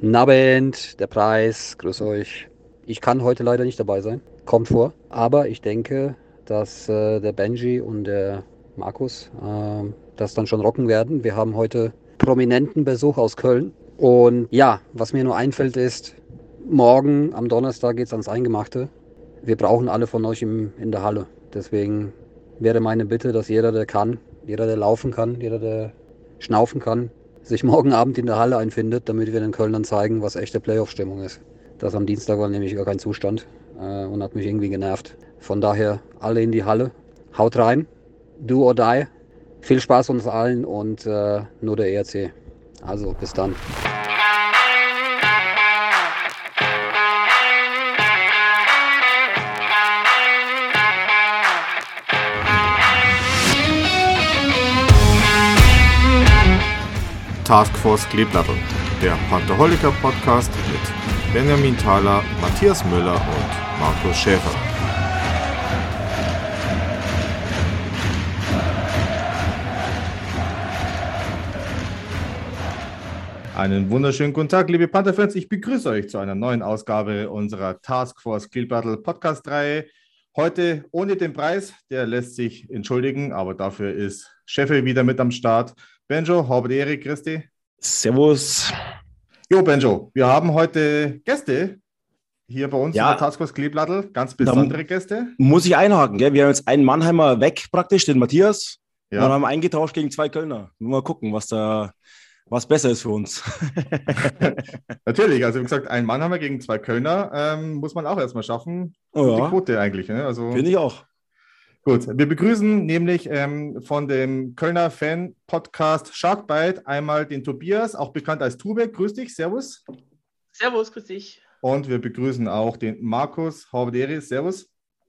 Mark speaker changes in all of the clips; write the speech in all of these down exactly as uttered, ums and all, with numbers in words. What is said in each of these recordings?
Speaker 1: Nabend, der Preis, grüß euch. Ich kann heute leider nicht dabei sein, kommt vor. Aber ich denke, dass äh, der Benji und der Markus äh, das dann schon rocken werden. Wir haben heute prominenten Besuch aus Köln. Und ja, was mir nur einfällt ist, morgen am Donnerstag geht es ans Eingemachte. Wir brauchen alle von euch im, in der Halle. Deswegen wäre meine Bitte, dass jeder, der kann, jeder, der laufen kann, jeder, der schnaufen kann, sich morgen Abend in der Halle einfindet, damit wir den Kölnern zeigen, was echte Playoff-Stimmung ist. Das am Dienstag war nämlich gar kein Zustand äh, und hat mich irgendwie genervt. Von daher alle in die Halle, haut rein, do or die. Viel Spaß uns allen und äh, nur der E R C. Also bis dann.
Speaker 2: Taskforce Kleeblattel, der Pantherholiker Podcast mit Benjamin Thaler, Matthias Müller und Markus Schäfer. Einen wunderschönen guten Tag, liebe Panther-Fans. Ich begrüße euch zu einer neuen Ausgabe unserer Taskforce Kleeblattel Podcast-Reihe. Heute ohne den Preis, der lässt sich entschuldigen, aber dafür ist Scheffel wieder mit am Start. Benjo, habe Erik, Christi.
Speaker 3: Servus.
Speaker 2: Jo, Benjo, wir haben heute Gäste hier bei uns
Speaker 3: Ja,
Speaker 2: in der Taskforce Kleeblattel, ganz besondere Gäste.
Speaker 3: Muss ich einhaken, gell? Wir haben jetzt einen Mannheimer weg praktisch, den Matthias,
Speaker 2: Ja.
Speaker 3: und haben eingetauscht gegen zwei Kölner. Mal gucken, was da was besser ist für uns.
Speaker 2: Natürlich, also wie gesagt, einen Mann haben wir gegen zwei Kölner, ähm, muss man auch erstmal schaffen.
Speaker 3: Oh ja.
Speaker 2: Gute Quote eigentlich. Ne? Also,
Speaker 3: Finde ich auch.
Speaker 2: gut, wir begrüßen nämlich ähm, von dem Kölner Fan-Podcast Sharkbite einmal den Tobias, auch bekannt als Tube. Grüß dich, servus.
Speaker 4: Servus, grüß dich.
Speaker 2: Und wir begrüßen auch den Markus Haubederi, servus.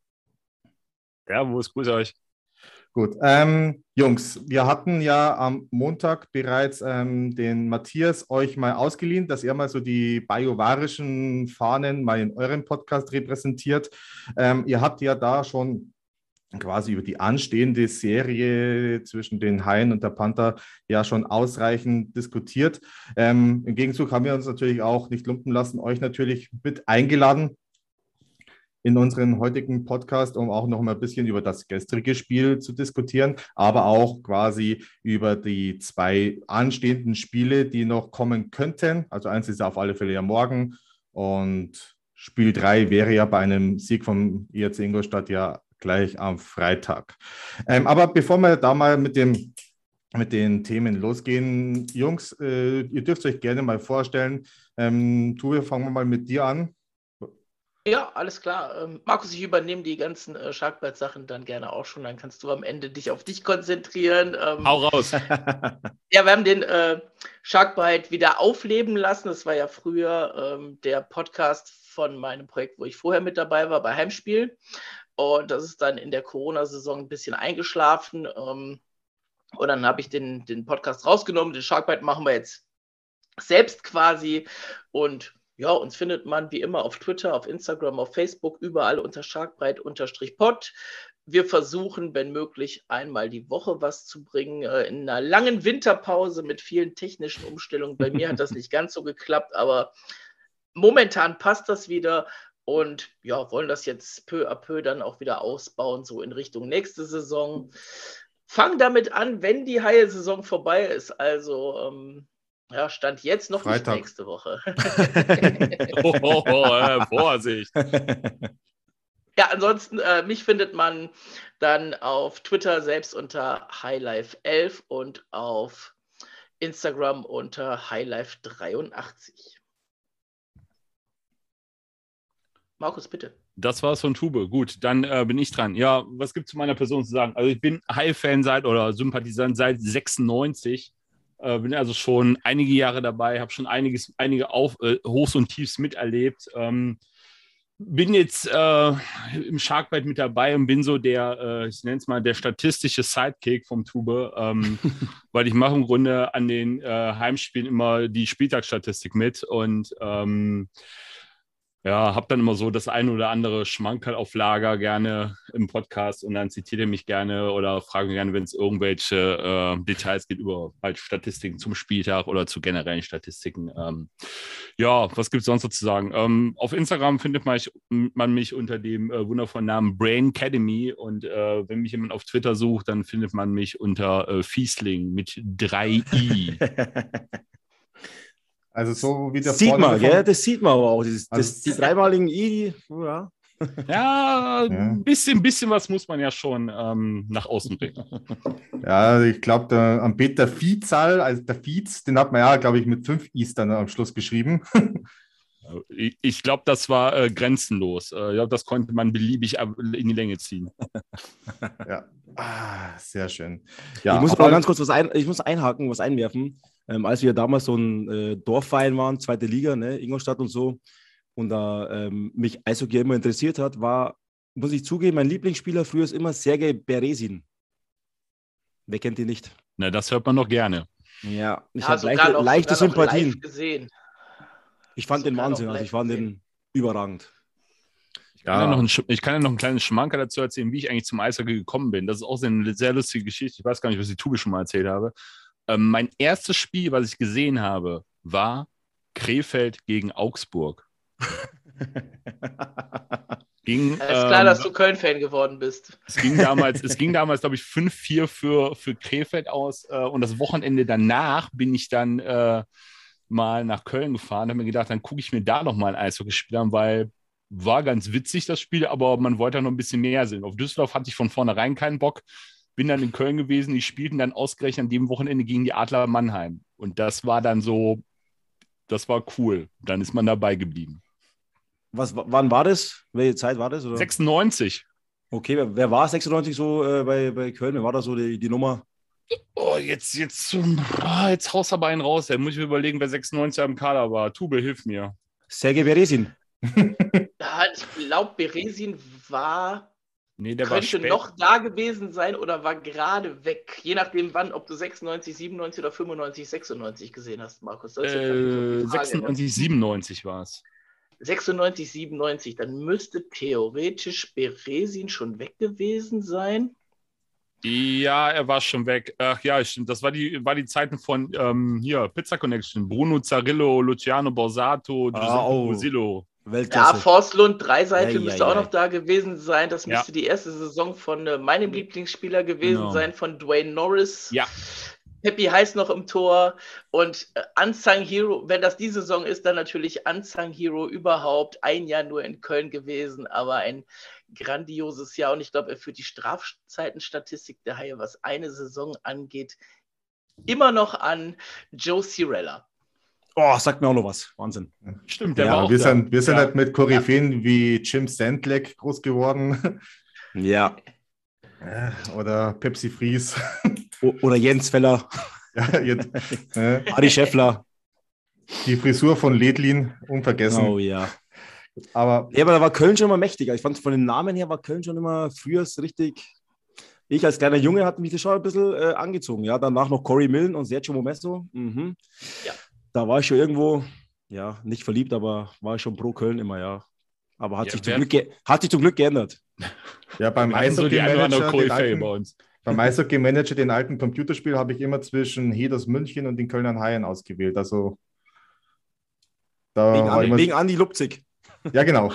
Speaker 5: Servus, grüß euch.
Speaker 2: Gut, ähm, Jungs, wir hatten ja am Montag bereits ähm, den Matthias euch mal ausgeliehen, dass er mal so die bajuwarischen Fahnen mal in eurem Podcast repräsentiert. Ähm, ihr habt ja da schon quasi über die anstehende Serie zwischen den Haien und der Panther ja schon ausreichend diskutiert. Ähm, im Gegenzug haben wir uns natürlich auch nicht lumpen lassen, euch natürlich mit eingeladen in unseren heutigen Podcast, um auch noch mal ein bisschen über das gestrige Spiel zu diskutieren, aber auch quasi über die zwei anstehenden Spiele, die noch kommen könnten. Also eins ist auf alle Fälle ja morgen und Spiel drei wäre ja bei einem Sieg vom E R C Ingolstadt ja gleich am Freitag. Ähm, aber bevor wir da mal mit dem mit den Themen losgehen, Jungs, äh, ihr dürft euch gerne mal vorstellen. Ähm, Tue, fangen wir mal mit dir an.
Speaker 4: Ja, alles klar. Ähm, Markus, ich übernehme die ganzen äh, Sharkbite-Sachen dann gerne auch schon. Dann kannst du am Ende dich auf dich konzentrieren. Ähm,
Speaker 5: Hau raus.
Speaker 4: ja, wir haben den äh, Sharkbite wieder aufleben lassen. Das war ja früher ähm, der Podcast von meinem Projekt, wo ich vorher mit dabei war, bei Heimspiel. Und das ist dann in der Corona-Saison ein bisschen eingeschlafen. Ähm, und dann habe ich den, den Podcast rausgenommen. Den Sharkbite machen wir jetzt selbst quasi. Und ja, uns findet man wie immer auf Twitter, auf Instagram, auf Facebook, überall unter Sharkbite-Pod. Wir versuchen, wenn möglich, einmal die Woche was zu bringen. Äh, in einer langen Winterpause mit vielen technischen Umstellungen. Bei mir hat das nicht ganz so geklappt, aber momentan passt das wieder. Und ja, wollen das jetzt peu à peu dann auch wieder ausbauen, so in Richtung nächste Saison. Fang damit an, wenn die Haie-Saison vorbei ist. Also, ähm, ja, Stand jetzt noch
Speaker 2: Freitag.
Speaker 4: Nicht nächste Woche.
Speaker 5: Oh, oh, oh, äh, Vorsicht.
Speaker 4: Ja, ansonsten, äh, mich findet man dann auf Twitter selbst unter highlife elf und auf Instagram unter highlife dreiundachtzig. Markus, bitte.
Speaker 5: Das war's von Tube. Gut, dann äh, bin ich dran. Ja, was gibt es zu meiner Person zu sagen? Also ich bin Haie-Fan seit oder Sympathisant seit sechsundneunzig. Äh, bin also schon einige Jahre dabei, habe schon einiges, einige Auf, äh, Hochs und Tiefs miterlebt. Ähm, bin jetzt äh, im Sharkbite mit dabei und bin so der, äh, ich nenne es mal, der statistische Sidekick vom Tube, ähm, weil ich mache im Grunde an den äh, Heimspielen immer die Spieltagsstatistik mit und ähm, ja, habe dann immer so das ein oder andere Schmankerl auf Lager gerne im Podcast und dann zitiert ihr mich gerne oder fragt mich gerne, wenn es irgendwelche äh, Details geht über halt Statistiken zum Spieltag oder zu generellen Statistiken. Ähm, Ja, was gibt es sonst noch zu sagen? Ähm, auf Instagram findet man, man mich unter dem äh, wundervollen Namen Brain Academy und äh, wenn mich jemand auf Twitter sucht, dann findet man mich unter äh, Fiesling mit drei i.
Speaker 2: Also so wie der
Speaker 3: Sieht
Speaker 2: Vorname
Speaker 3: man,
Speaker 2: von-
Speaker 3: gell? Das sieht man aber auch. Das,
Speaker 2: Also-
Speaker 3: das, die dreimaligen I, ja.
Speaker 5: Ja,
Speaker 2: Ja.
Speaker 5: ein bisschen, bisschen was muss man ja schon ähm, nach außen bringen.
Speaker 2: Ja, ich glaube, der am Peter Viehzahl, also der Viez, den hat man ja, glaube ich, mit fünf Is dann am Schluss geschrieben.
Speaker 5: Ich, ich glaube, das war äh, grenzenlos. Äh, ich glaube, das konnte man beliebig ab- in die Länge ziehen.
Speaker 2: Ja, ah, sehr schön. Ja,
Speaker 3: ich muss
Speaker 2: auf
Speaker 3: noch
Speaker 2: alle-
Speaker 3: ganz kurz was ein, ich muss einhaken, was einwerfen. Ähm, als wir damals so ein äh, Dorfverein waren, zweite Liga, ne, Ingolstadt und so, und da ähm, mich Eishockey immer interessiert hat, war, muss ich zugeben, mein Lieblingsspieler früher ist immer Sergei Beresin. Wer kennt ihn nicht?
Speaker 5: Na, das hört man doch gerne.
Speaker 3: Ja, ich
Speaker 4: Ja,
Speaker 3: habe
Speaker 4: sogar
Speaker 3: leichte,
Speaker 4: noch-
Speaker 3: leichte
Speaker 4: sogar noch
Speaker 3: Sympathien.
Speaker 4: live gesehen.
Speaker 3: Ich fand den
Speaker 4: sogar noch
Speaker 3: Wahnsinn, also
Speaker 4: live
Speaker 3: ich fand den
Speaker 4: gesehen.
Speaker 3: überragend.
Speaker 5: Ich kann, ja noch ein, Sch- ich kann ja noch einen kleinen Schmankerl dazu erzählen, wie ich eigentlich zum Eishockey gekommen bin. Das ist auch so eine sehr lustige Geschichte. Ich weiß gar nicht, was die Tube schon mal erzählt habe. Ähm, mein erstes Spiel, was ich gesehen habe, war Krefeld gegen Augsburg. Ging,
Speaker 4: Ja, ist klar,
Speaker 5: ähm,
Speaker 4: dass du Köln-Fan geworden bist.
Speaker 5: Es ging damals, es ging damals, glaube ich, fünf vier für, für Krefeld aus. Äh, und das Wochenende danach bin ich dann äh, mal nach Köln gefahren. Habe mir gedacht, dann gucke ich mir da noch mal ein Eishockeyspiel an, weil war ganz witzig, das Spiel, aber man wollte ja noch ein bisschen mehr sehen. Auf Düsseldorf hatte ich von vornherein keinen Bock. Bin dann in Köln gewesen. Die spielten dann ausgerechnet an dem Wochenende gegen die Adler Mannheim. Und das war dann so, das war cool. Dann ist man dabei geblieben.
Speaker 3: Was, w- wann war das? Welche Zeit war das? Oder?
Speaker 5: sechsundneunzig.
Speaker 3: Okay, wer, wer war sechsundneunzig so äh, bei, bei Köln? Wer war da so die, die Nummer?
Speaker 5: Oh, jetzt, jetzt, oh, jetzt haust du aber einen raus. Da muss ich mir überlegen, wer sechsundneunzig im Kader war. Tube, hilf mir.
Speaker 3: Sergei Beresin.
Speaker 4: Ja, ich glaube, Beresin war,
Speaker 5: Nee, der war
Speaker 4: könnte
Speaker 5: spät.
Speaker 4: noch da gewesen sein oder war gerade weg. Je nachdem, wann, ob du sechsundneunzig, siebenundneunzig oder fünfundneunzig, sechsundneunzig gesehen hast, Markus. Das ist jetzt natürlich so
Speaker 5: Äh,
Speaker 4: die Frage, ne?
Speaker 5: sechsundneunzig, siebenundneunzig war es.
Speaker 4: sechsundneunzig, siebenundneunzig, dann müsste theoretisch Beresin schon weg gewesen sein.
Speaker 5: Ja, er war schon weg. Ach ja, stimmt. Das war die, war die Zeiten von ähm, hier, Pizza Connection. Bruno Zarillo, Luciano Borsato, Giuseppe
Speaker 3: Ah, oh.
Speaker 5: Musillo.
Speaker 4: Ja,
Speaker 3: Weltklasse.
Speaker 4: Forslund, Dreiseitel
Speaker 3: Ei,
Speaker 4: müsste
Speaker 3: ei,
Speaker 4: auch
Speaker 3: ei.
Speaker 4: noch da gewesen sein. Das
Speaker 5: Ja.
Speaker 4: müsste die erste Saison von äh, meinem Lieblingsspieler gewesen
Speaker 5: Genau.
Speaker 4: sein, von Dwayne Norris.
Speaker 5: Ja.
Speaker 4: Peppy heißt noch im Tor und äh, Unsung Hero, wenn das die Saison ist, dann natürlich Unsung Hero überhaupt. Ein Jahr nur in Köln gewesen, aber ein grandioses Jahr. Und ich glaube, er führt die Strafzeitenstatistik der Haie, was eine Saison angeht, immer noch an Joe Cirella.
Speaker 3: Oh, sagt mir auch noch was. Wahnsinn.
Speaker 5: Stimmt, der
Speaker 2: Ja,
Speaker 5: war auch
Speaker 2: wir
Speaker 5: da.
Speaker 2: sind, wir sind
Speaker 5: ja.
Speaker 2: halt mit Koryphäen wie Jim Sandleck groß geworden.
Speaker 3: Ja.
Speaker 2: Oder Pepsi Fries.
Speaker 3: O oder Jens Feller,
Speaker 2: Ja, jetzt, äh,
Speaker 3: Adi Scheffler.
Speaker 2: die Frisur von Ledlin, unvergessen.
Speaker 3: Oh ja.
Speaker 2: Aber
Speaker 3: Ja, aber da war Köln schon immer mächtiger. Ich fand von den Namen her war Köln schon immer früher richtig. Ich als kleiner Junge hatte mich das schon ein bisschen äh, angezogen. Ja, danach noch Corey Millen und Sergio Momesso. Mhm.
Speaker 4: Ja.
Speaker 3: Da war ich schon irgendwo, ja, nicht verliebt, aber war ich schon pro Köln immer, ja. Aber hat,
Speaker 5: Ja,
Speaker 3: sich, zum
Speaker 5: wer-
Speaker 3: Glück ge- hat sich zum Glück geändert.
Speaker 2: ja, beim
Speaker 5: Wir hatten so die eine oder andere
Speaker 2: Eishockey-Manager, den
Speaker 5: Koryphäe bei
Speaker 2: alten,
Speaker 5: uns.
Speaker 2: beim Eishockey-Manager, den alten Computerspiel, habe ich immer zwischen Heders München und den Kölner Haien ausgewählt. Also da
Speaker 3: Wegen,
Speaker 2: war
Speaker 3: Andi,
Speaker 2: immer,
Speaker 3: wegen Andi Lupzig.
Speaker 2: ja, genau.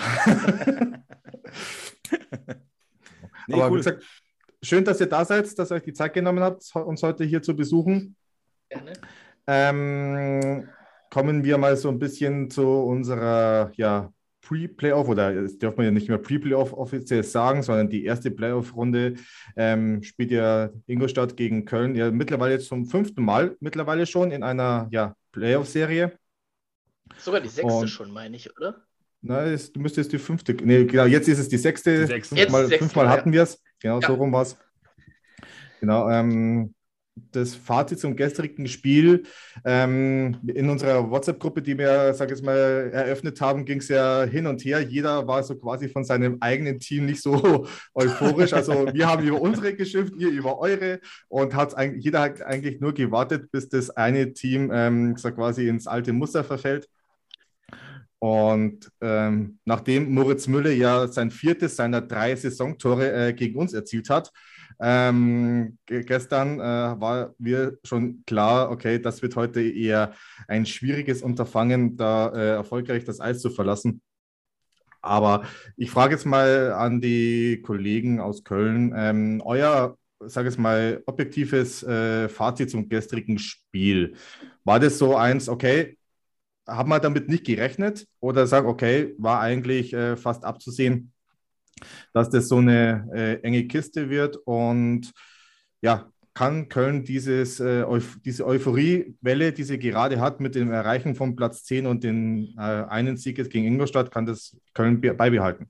Speaker 3: Nee,
Speaker 2: Aber wie
Speaker 3: cool.
Speaker 2: gesagt, schön, dass ihr da seid, dass ihr euch die Zeit genommen habt, uns heute hier zu besuchen.
Speaker 4: Gerne.
Speaker 2: Ähm, kommen wir mal so ein bisschen zu unserer ja, Pre-Playoff, oder das darf man ja nicht mehr Pre-Playoff offiziell sagen, sondern die erste Playoff-Runde ähm, spielt ja Ingolstadt gegen Köln ja mittlerweile jetzt zum fünften Mal mittlerweile schon in einer ja, Playoff-Serie.
Speaker 4: Sogar die sechste
Speaker 2: Und-
Speaker 4: schon, meine ich, oder?
Speaker 2: Na, es müsste jetzt die fünfte, nee, genau, jetzt ist es die sechste.
Speaker 5: Die sechste.
Speaker 2: Fünfmal,
Speaker 4: Jetzt die sechste,
Speaker 2: fünfmal
Speaker 4: ja.
Speaker 2: hatten wir es. Genau,
Speaker 4: Ja.
Speaker 2: so rum war es. Genau, ähm, das Fazit zum gestrigen Spiel. Ähm, in unserer WhatsApp-Gruppe, die wir, sag ich jetzt mal, eröffnet haben, ging es ja hin und her. Jeder war so quasi von seinem eigenen Team nicht so euphorisch. Also wir haben über unsere geschimpft, ihr über eure, und hat eigentlich, jeder hat eigentlich nur gewartet, bis das eine Team ähm, so quasi ins alte Muster verfällt. Und ähm, nachdem Moritz Müller ja sein viertes seiner drei Saisontore äh, gegen uns erzielt hat, Ähm, ge- gestern äh, war mir schon klar, okay, das wird heute eher ein schwieriges Unterfangen, da äh, erfolgreich das Eis zu verlassen. Aber ich frage jetzt mal an die Kollegen aus Köln, ähm, euer, sage ich mal, objektives äh, Fazit zum gestrigen Spiel. War das so eins, okay, haben wir damit nicht gerechnet oder sagen, okay, war eigentlich äh, fast abzusehen, dass das so eine äh, enge Kiste wird und ja, kann Köln dieses, äh, Euph diese Euphoriewelle, die sie gerade hat mit dem Erreichen von Platz zehn und den äh, einen Sieg jetzt gegen Ingolstadt, kann das Köln be- beibehalten?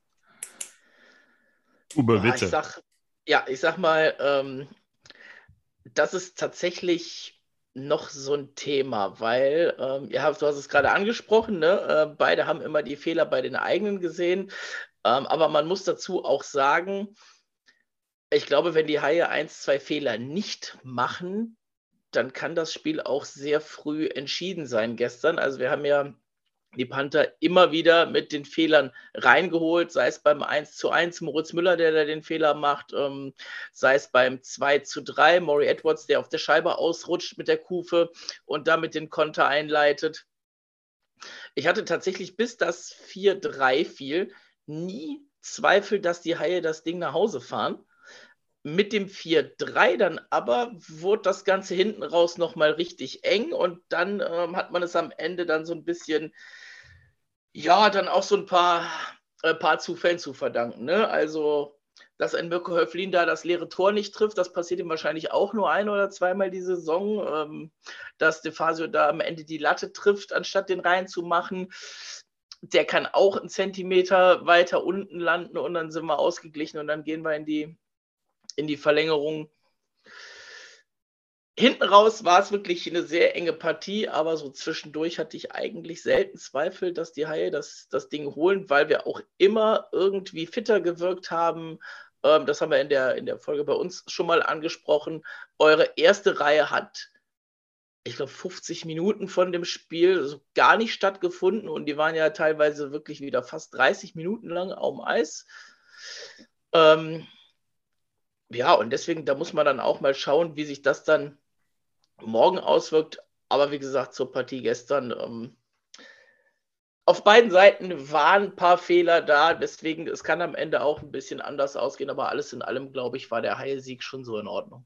Speaker 5: Uwe,
Speaker 4: Boah, ich
Speaker 5: bitte.
Speaker 4: sag, ja, ich sag mal, ähm, das ist tatsächlich noch so ein Thema, weil ähm, ihr habt, du hast es gerade angesprochen, ne? Äh, beide haben immer die Fehler bei den eigenen gesehen, ähm, aber man muss dazu auch sagen, ich glaube, wenn die Haie ein, zwei Fehler nicht machen, dann kann das Spiel auch sehr früh entschieden sein gestern. Also wir haben ja die Panther immer wieder mit den Fehlern reingeholt, sei es beim eins zu eins Moritz Müller, der da den Fehler macht, ähm, sei es beim zwei zu drei Maury Edwards, der auf der Scheibe ausrutscht mit der Kufe und damit den Konter einleitet. Ich hatte tatsächlich, bis das vier drei fiel, nie Zweifel, dass die Haie das Ding nach Hause fahren. Mit dem vier drei dann aber wurde das Ganze hinten raus nochmal richtig eng und dann ähm, hat man es am Ende dann so ein bisschen, ja, dann auch so ein paar, äh, paar Zufällen zu verdanken. Ne? Also, dass ein Mirko Höflin da das leere Tor nicht trifft, das passiert ihm wahrscheinlich auch nur ein- oder zweimal die Saison. Ähm, dass DeFazio da am Ende die Latte trifft, anstatt den reinzumachen. Der kann auch einen Zentimeter weiter unten landen und dann sind wir ausgeglichen und dann gehen wir in die in die Verlängerung. Hinten raus war es wirklich eine sehr enge Partie, aber so zwischendurch hatte ich eigentlich selten Zweifel, dass die Haie das, das Ding holen, weil wir auch immer irgendwie fitter gewirkt haben. Ähm, das haben wir in der, in der Folge bei uns schon mal angesprochen. Eure erste Reihe hat, ich glaube, fünfzig Minuten von dem Spiel so gar nicht stattgefunden und die waren ja teilweise wirklich wieder fast dreißig Minuten lang auf dem Eis. Ähm, Ja, und deswegen, da muss man dann auch mal schauen, wie sich das dann morgen auswirkt. Aber wie gesagt, zur Partie gestern, ähm, auf beiden Seiten waren ein paar Fehler da. Deswegen, es kann am Ende auch ein bisschen anders ausgehen. Aber alles in allem, glaube ich, war der Haie-Sieg schon so in Ordnung.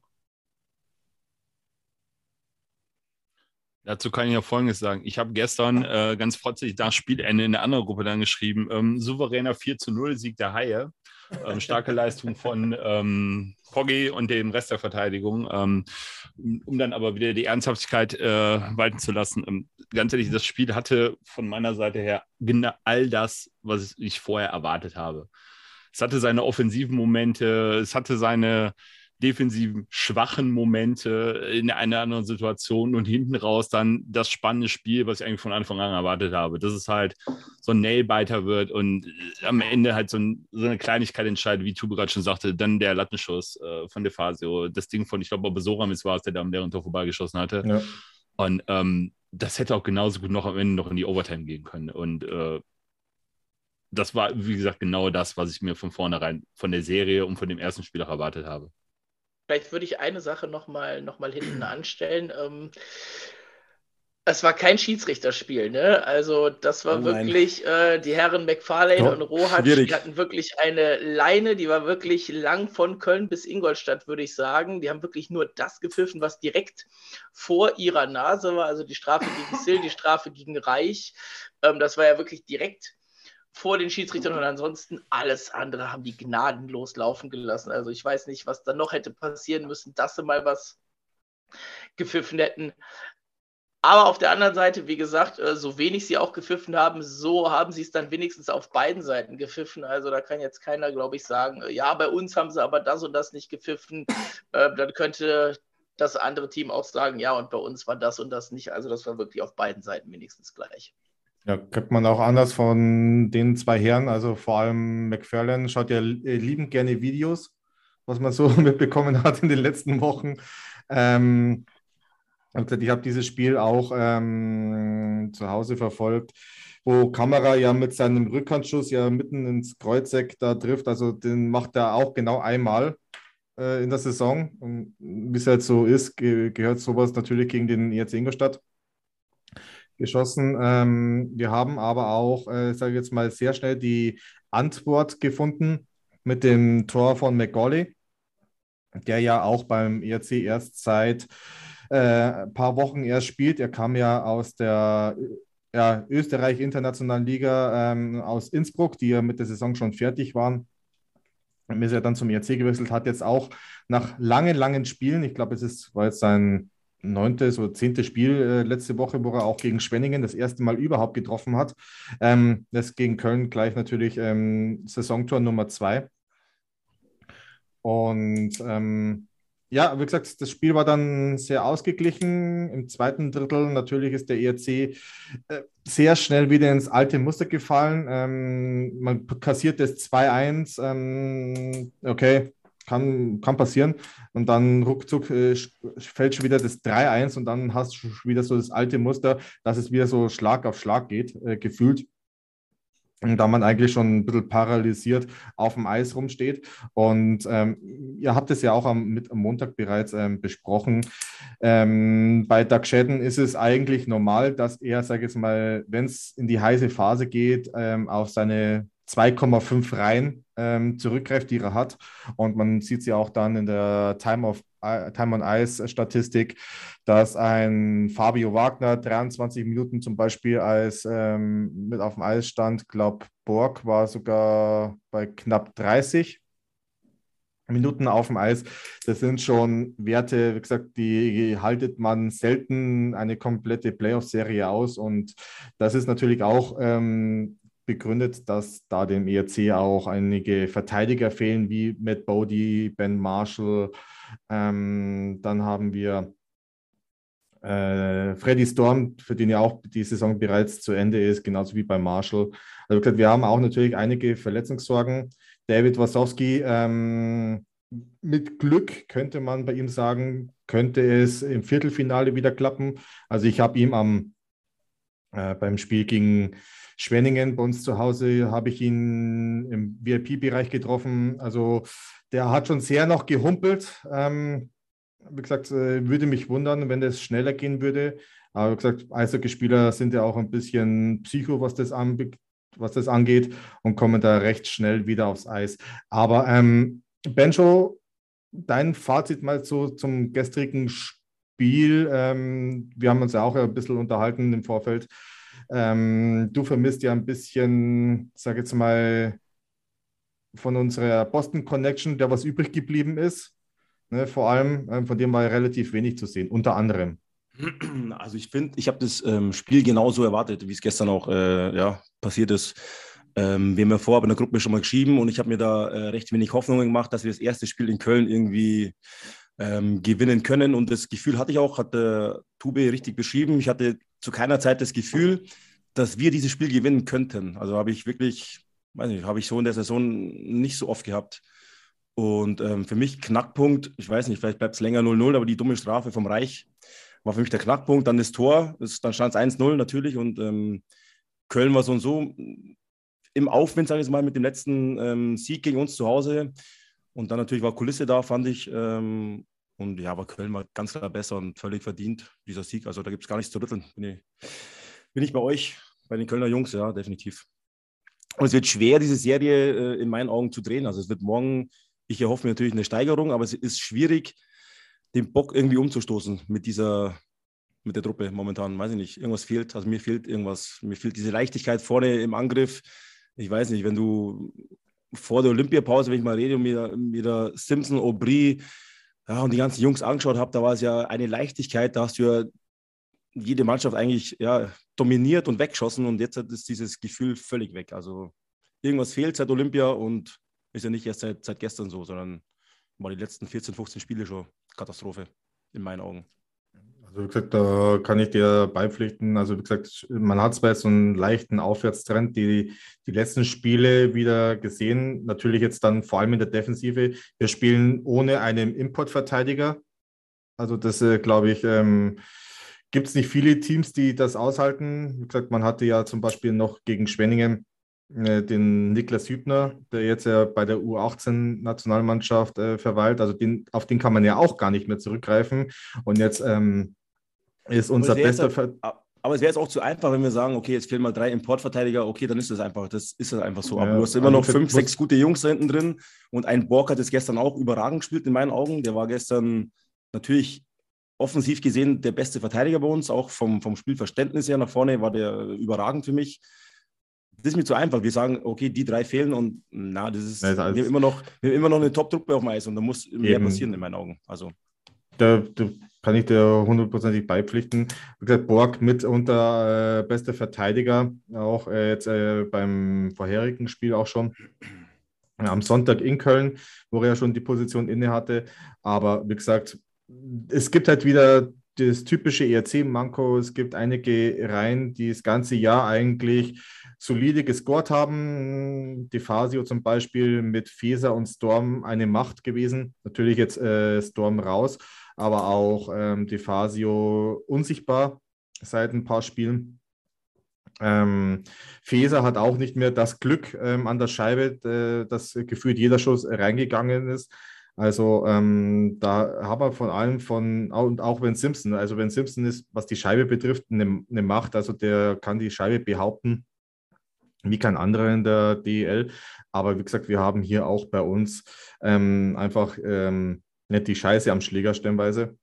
Speaker 5: Dazu kann ich ja Folgendes sagen. Ich habe gestern äh, ganz frotzig das Spielende in der anderen Gruppe dann geschrieben. Ähm, souveräner vier zu null Sieg der Haie. Ähm, starke Leistung von ähm, Poggi und dem Rest der Verteidigung. Ähm, um dann aber wieder die Ernsthaftigkeit äh, walten zu lassen. Ähm, ganz ehrlich, das Spiel hatte von meiner Seite her genau all das, was ich vorher erwartet habe. Es hatte seine offensiven Momente, es hatte seine defensiven schwachen Momente in einer anderen Situation und hinten raus dann das spannende Spiel, was ich eigentlich von Anfang an erwartet habe. Dass es halt so ein Nailbiter wird und am Ende halt so, ein, so eine Kleinigkeit entscheidet, wie Tube gerade schon sagte, dann der Lattenschuss äh, von DeFazio, das Ding von, ich glaube, Besoramis war es, der da am leeren Tor vorbeigeschossen hatte. Ja. Und ähm, das hätte auch genauso gut noch am Ende noch in die Overtime gehen können. Und äh, das war, wie gesagt, genau das, was ich mir von vornherein von der Serie und von dem ersten Spiel auch erwartet habe.
Speaker 4: Vielleicht würde ich eine Sache nochmal noch mal hinten anstellen. Ähm, es war kein Schiedsrichterspiel, ne? Also das war
Speaker 3: Oh
Speaker 4: wirklich, äh, die Herren McFarlane
Speaker 3: Ja,
Speaker 4: und Rohatsch,
Speaker 3: schwierig.
Speaker 4: die hatten wirklich eine Leine, die war wirklich lang von Köln bis Ingolstadt, würde ich sagen. Die haben wirklich nur das gepfiffen, was direkt vor ihrer Nase war. Also die Strafe gegen Sill, die Strafe gegen Reich. Ähm, das war ja wirklich direkt vor den Schiedsrichtern und ansonsten alles andere haben die gnadenlos laufen gelassen. Also ich weiß nicht, was da noch hätte passieren müssen, dass sie mal was gepfiffen hätten. Aber auf der anderen Seite, wie gesagt, so wenig sie auch gepfiffen haben, so haben sie es dann wenigstens auf beiden Seiten gepfiffen. Also da kann jetzt keiner, glaube ich, sagen, ja, bei uns haben sie aber das und das nicht gepfiffen. Äh, dann könnte das andere Team auch sagen, ja, und bei uns war das und das nicht. Also das war wirklich auf beiden Seiten wenigstens gleich.
Speaker 2: Ja, kennt man auch anders von den zwei Herren. Also vor allem McFarlane schaut ja liebend gerne Videos, was man so mitbekommen hat in den letzten Wochen. Ähm, ich habe dieses Spiel auch ähm, zu Hause verfolgt, wo Kamera ja mit seinem Rückhandschuss ja mitten ins Kreuzeck da trifft. Also den macht er auch genau einmal. äh, in der Saison. Und wie es halt so ist, ge gehört sowas natürlich gegen den E R C Ingolstadt geschossen. Ähm, wir haben aber auch, äh, sage ich jetzt mal, sehr schnell die Antwort gefunden mit dem Tor von McGauley, der ja auch beim E R C erst seit äh, ein paar Wochen erst spielt. Er kam ja aus der ja, Österreich-Internationalen Liga ähm, aus Innsbruck, die ja mit der Saison schon fertig waren. Und ist ja dann zum E R C gewechselt, hat jetzt auch nach langen, langen Spielen, ich glaube, es ist, war jetzt sein neuntes oder zehntes Spiel äh, letzte Woche, wo er auch gegen Schwenningen das erste Mal überhaupt getroffen hat. Ähm, das gegen Köln gleich natürlich ähm, Saisontor Nummer zwei. Und ähm, ja, wie gesagt, das Spiel war dann sehr ausgeglichen. Im zweiten Drittel natürlich ist der E R C äh, sehr schnell wieder ins alte Muster gefallen. Ähm, man kassiert das zwei eins. Ähm, okay, kann, kann passieren. Und dann ruckzuck äh, fällt schon wieder das drei eins und dann hast du wieder so das alte Muster, dass es wieder so Schlag auf Schlag geht, äh, gefühlt. Und da man eigentlich schon ein bisschen paralysiert auf dem Eis rumsteht. Und ähm, ihr habt es ja auch am, mit, am Montag bereits ähm, besprochen. Ähm, bei Doug Shedden ist es eigentlich normal, dass er, sage ich jetzt mal, wenn es in die heiße Phase geht, ähm, auf seine zwei Komma fünf Reihen ähm, zurückgreift, die er hat. Und man sieht es ja auch dann in der Time of Time on Ice Statistik, dass ein Fabio Wagner dreiundzwanzig Minuten zum Beispiel als ähm, mit auf dem Eis stand. Ich glaube, Borg war sogar bei knapp dreißig Minuten auf dem Eis. Das sind schon Werte, wie gesagt, die haltet man selten eine komplette Playoff-Serie aus. Und das ist natürlich auch ähm, begründet, dass da dem E R C auch einige Verteidiger fehlen, wie Matt Bodie, Ben Marshall. Ähm, dann haben wir äh, Freddy Storm, für den ja auch die Saison bereits zu Ende ist, genauso wie bei Marshall. Also gesagt, wir haben auch natürlich einige Verletzungssorgen. David Wasowski, ähm, mit Glück könnte man bei ihm sagen, könnte es im Viertelfinale wieder klappen. Also ich habe ihm am äh, beim Spiel gegen Schwenningen bei uns zu Hause, habe ich ihn im V I P-Bereich getroffen. Also der hat schon sehr noch gehumpelt. Ähm, wie gesagt, äh, würde mich wundern, wenn das schneller gehen würde. Aber wie gesagt, Eishockeyspieler sind ja auch ein bisschen Psycho, was das, anbe was das angeht und kommen da recht schnell wieder aufs Eis. Aber ähm, Benjo, dein Fazit mal zu, zum gestrigen Spiel. Ähm, wir haben uns ja auch ein bisschen unterhalten im Vorfeld. Ähm, du vermisst ja ein bisschen, sag jetzt mal, von unserer Boston Connection, der was übrig geblieben ist. Ne, vor allem, ähm, von dem war ja relativ wenig zu sehen, unter anderem.
Speaker 3: Also ich finde, ich habe das ähm, Spiel genauso erwartet, wie es gestern auch äh, ja, passiert ist. Ähm, wir haben ja vorab in der Gruppe schon mal geschrieben und ich habe mir da äh, recht wenig Hoffnungen gemacht, dass wir das erste Spiel in Köln irgendwie ähm, gewinnen können. Und das Gefühl hatte ich auch, hat der Tube richtig beschrieben. Ich hatte zu keiner Zeit das Gefühl, dass wir dieses Spiel gewinnen könnten. Also habe ich wirklich, weiß nicht, habe ich so in der Saison nicht so oft gehabt. Und ähm, für mich Knackpunkt, ich weiß nicht, vielleicht bleibt es länger null null, aber die dumme Strafe vom Reich war für mich der Knackpunkt. Dann das Tor, das, dann stand es eins null natürlich und ähm, Köln war so und so im Aufwind, sage ich jetzt mal, mit dem letzten ähm, Sieg gegen uns zu Hause. Und dann natürlich war Kulisse da, fand ich. Ähm, und ja, aber Köln war ganz klar besser und völlig verdient, dieser Sieg. Also da gibt es gar nichts zu rütteln. Bin ich, bin ich bei euch, bei den Kölner Jungs, ja, definitiv. Und es wird schwer, diese Serie äh, in meinen Augen zu drehen. Also es wird morgen, ich erhoffe mir natürlich eine Steigerung, aber es ist schwierig, den Bock irgendwie umzustoßen mit dieser, mit der Truppe momentan. Weiß ich nicht, irgendwas fehlt. Also mir fehlt irgendwas. Mir fehlt diese Leichtigkeit vorne im Angriff. Ich weiß nicht, wenn du vor der Olympiapause, wenn ich mal rede und mir, mir da Simpson, Aubry ja, und die ganzen Jungs angeschaut habe, da war es ja eine Leichtigkeit, da hast du ja jede Mannschaft eigentlich ja, dominiert und weggeschossen und jetzt ist dieses Gefühl völlig weg. Also irgendwas fehlt seit Olympia und ist ja nicht erst seit, seit gestern so, sondern war die letzten vierzehn, fünfzehn Spiele schon Katastrophe in meinen Augen.
Speaker 2: Also wie gesagt, da kann ich dir beipflichten. Also wie gesagt, man hat zwar jetzt so einen leichten Aufwärtstrend, die, die letzten Spiele wieder gesehen. Natürlich jetzt dann vor allem in der Defensive. Wir spielen ohne einen Importverteidiger. Also das, äh, glaube ich, ähm, gibt es nicht viele Teams, die das aushalten. Wie gesagt, man hatte ja zum Beispiel noch gegen Schwenningen äh, den Niklas Hübner, der jetzt ja bei der U achtzehn-Nationalmannschaft äh, verweilt. Also den, auf den kann man ja auch gar nicht mehr zurückgreifen. Und jetzt ähm, ist
Speaker 3: Aber
Speaker 2: unser
Speaker 3: es wäre jetzt,
Speaker 2: bester Ver
Speaker 3: aber es wäre jetzt auch zu einfach, wenn wir sagen, okay, jetzt fehlen mal drei Importverteidiger, okay, dann ist das einfach, das ist das einfach so. Aber
Speaker 2: Ja,
Speaker 3: du hast immer
Speaker 2: also
Speaker 3: noch
Speaker 2: wie gesagt,
Speaker 3: fünf,
Speaker 2: muss-
Speaker 3: sechs gute Jungs da hinten drin und ein Borg hat es gestern auch überragend gespielt in meinen Augen. Der war gestern natürlich offensiv gesehen der beste Verteidiger bei uns, auch vom, vom Spielverständnis her nach vorne war der überragend für mich. Das ist mir zu einfach. Wir sagen, okay, die drei fehlen und na, das ist,
Speaker 2: Also
Speaker 3: wir
Speaker 2: als-
Speaker 3: haben immer noch, wir haben immer noch eine Top-Truppe auf dem Eis und da muss mehr
Speaker 2: Eben.
Speaker 3: passieren in meinen Augen. Also
Speaker 2: Da, da kann ich dir hundertprozentig beipflichten. Wie gesagt, Borg mitunter äh, bester Verteidiger, auch äh, jetzt äh, beim vorherigen Spiel auch schon. Am Sonntag in Köln, wo er ja schon die Position inne hatte. Aber wie gesagt, es gibt halt wieder das typische E R C-Manko. Es gibt einige Reihen, die das ganze Jahr eigentlich solide gescored haben. DeFazio zum Beispiel mit Feser und Storm eine Macht gewesen. Natürlich jetzt äh, Storm raus, aber auch ähm, DeFazio unsichtbar seit ein paar Spielen. Ähm, Feser hat auch nicht mehr das Glück ähm, an der Scheibe, äh, dass gefühlt jeder Schuss reingegangen ist. Also ähm, da haben wir von allem von, und auch Ben Simpson, also Ben Simpson ist, was die Scheibe betrifft, eine, eine Macht, also der kann die Scheibe behaupten, wie kein anderer in der D E L. Aber wie gesagt, wir haben hier auch bei uns ähm, einfach ähm, nicht die Scheiße am Schläger stellenweise.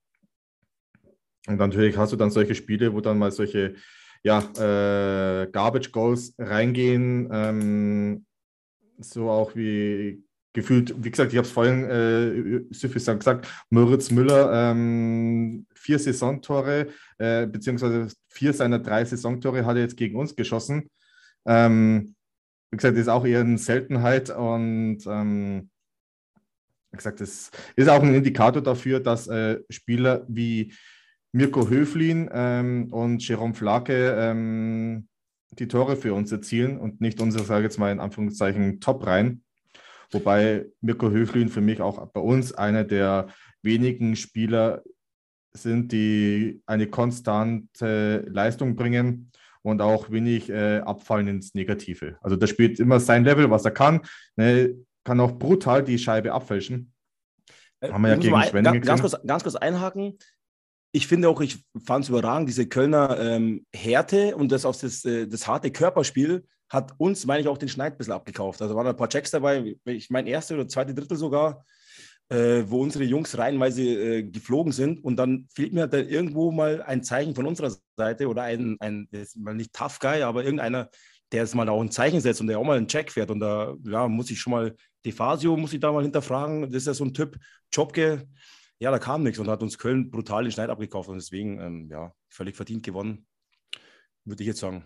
Speaker 2: Und natürlich hast du dann solche Spiele, wo dann mal solche ja, äh, Garbage Goals reingehen, ähm, so auch wie gefühlt, wie gesagt, ich habe es vorhin äh, suffisant gesagt, Moritz Müller, ähm, vier Saisontore, äh, beziehungsweise vier seiner drei Saisontore hat er jetzt gegen uns geschossen. Ähm, wie gesagt, das ist auch eher eine Seltenheit und ähm, wie gesagt, das ist auch ein Indikator dafür, dass äh, Spieler wie Mirko Höflin ähm, und Jerome Flake ähm, die Tore für uns erzielen und nicht unsere, sage ich jetzt mal in Anführungszeichen, Top-Reihen. Wobei Mirko Höflin für mich auch bei uns einer der wenigen Spieler sind, die eine konstante Leistung bringen und auch wenig äh, abfallen ins Negative. Also der spielt immer sein Level, was er kann, ne, kann auch brutal die Scheibe abfälschen. Haben wir ja
Speaker 3: ich muss
Speaker 2: gegen
Speaker 3: mal ein,
Speaker 2: Schwenningen
Speaker 3: ganz,
Speaker 2: gesehen.
Speaker 3: kurz, ganz kurz einhaken. Ich finde auch, ich fand es überragend, diese Kölner ähm, Härte und das, auf das, äh, das harte Körperspiel hat uns, meine ich, auch den Schneid ein bisschen abgekauft. Also waren ein paar Checks dabei, ich meine, erste oder zweite Drittel sogar, äh, wo unsere Jungs reihenweise äh, geflogen sind und dann fehlt mir halt dann irgendwo mal ein Zeichen von unserer Seite oder ein, ein jetzt mal nicht Tough Guy, aber irgendeiner, der jetzt mal auch ein Zeichen setzt und der auch mal einen Check fährt und da ja, muss ich schon mal, DeFazio muss ich da mal hinterfragen, das ist ja so ein Typ, Jobke, ja, da kam nichts und hat uns Köln brutal den Schneid abgekauft und deswegen, ähm, ja, völlig verdient gewonnen, würde ich jetzt sagen.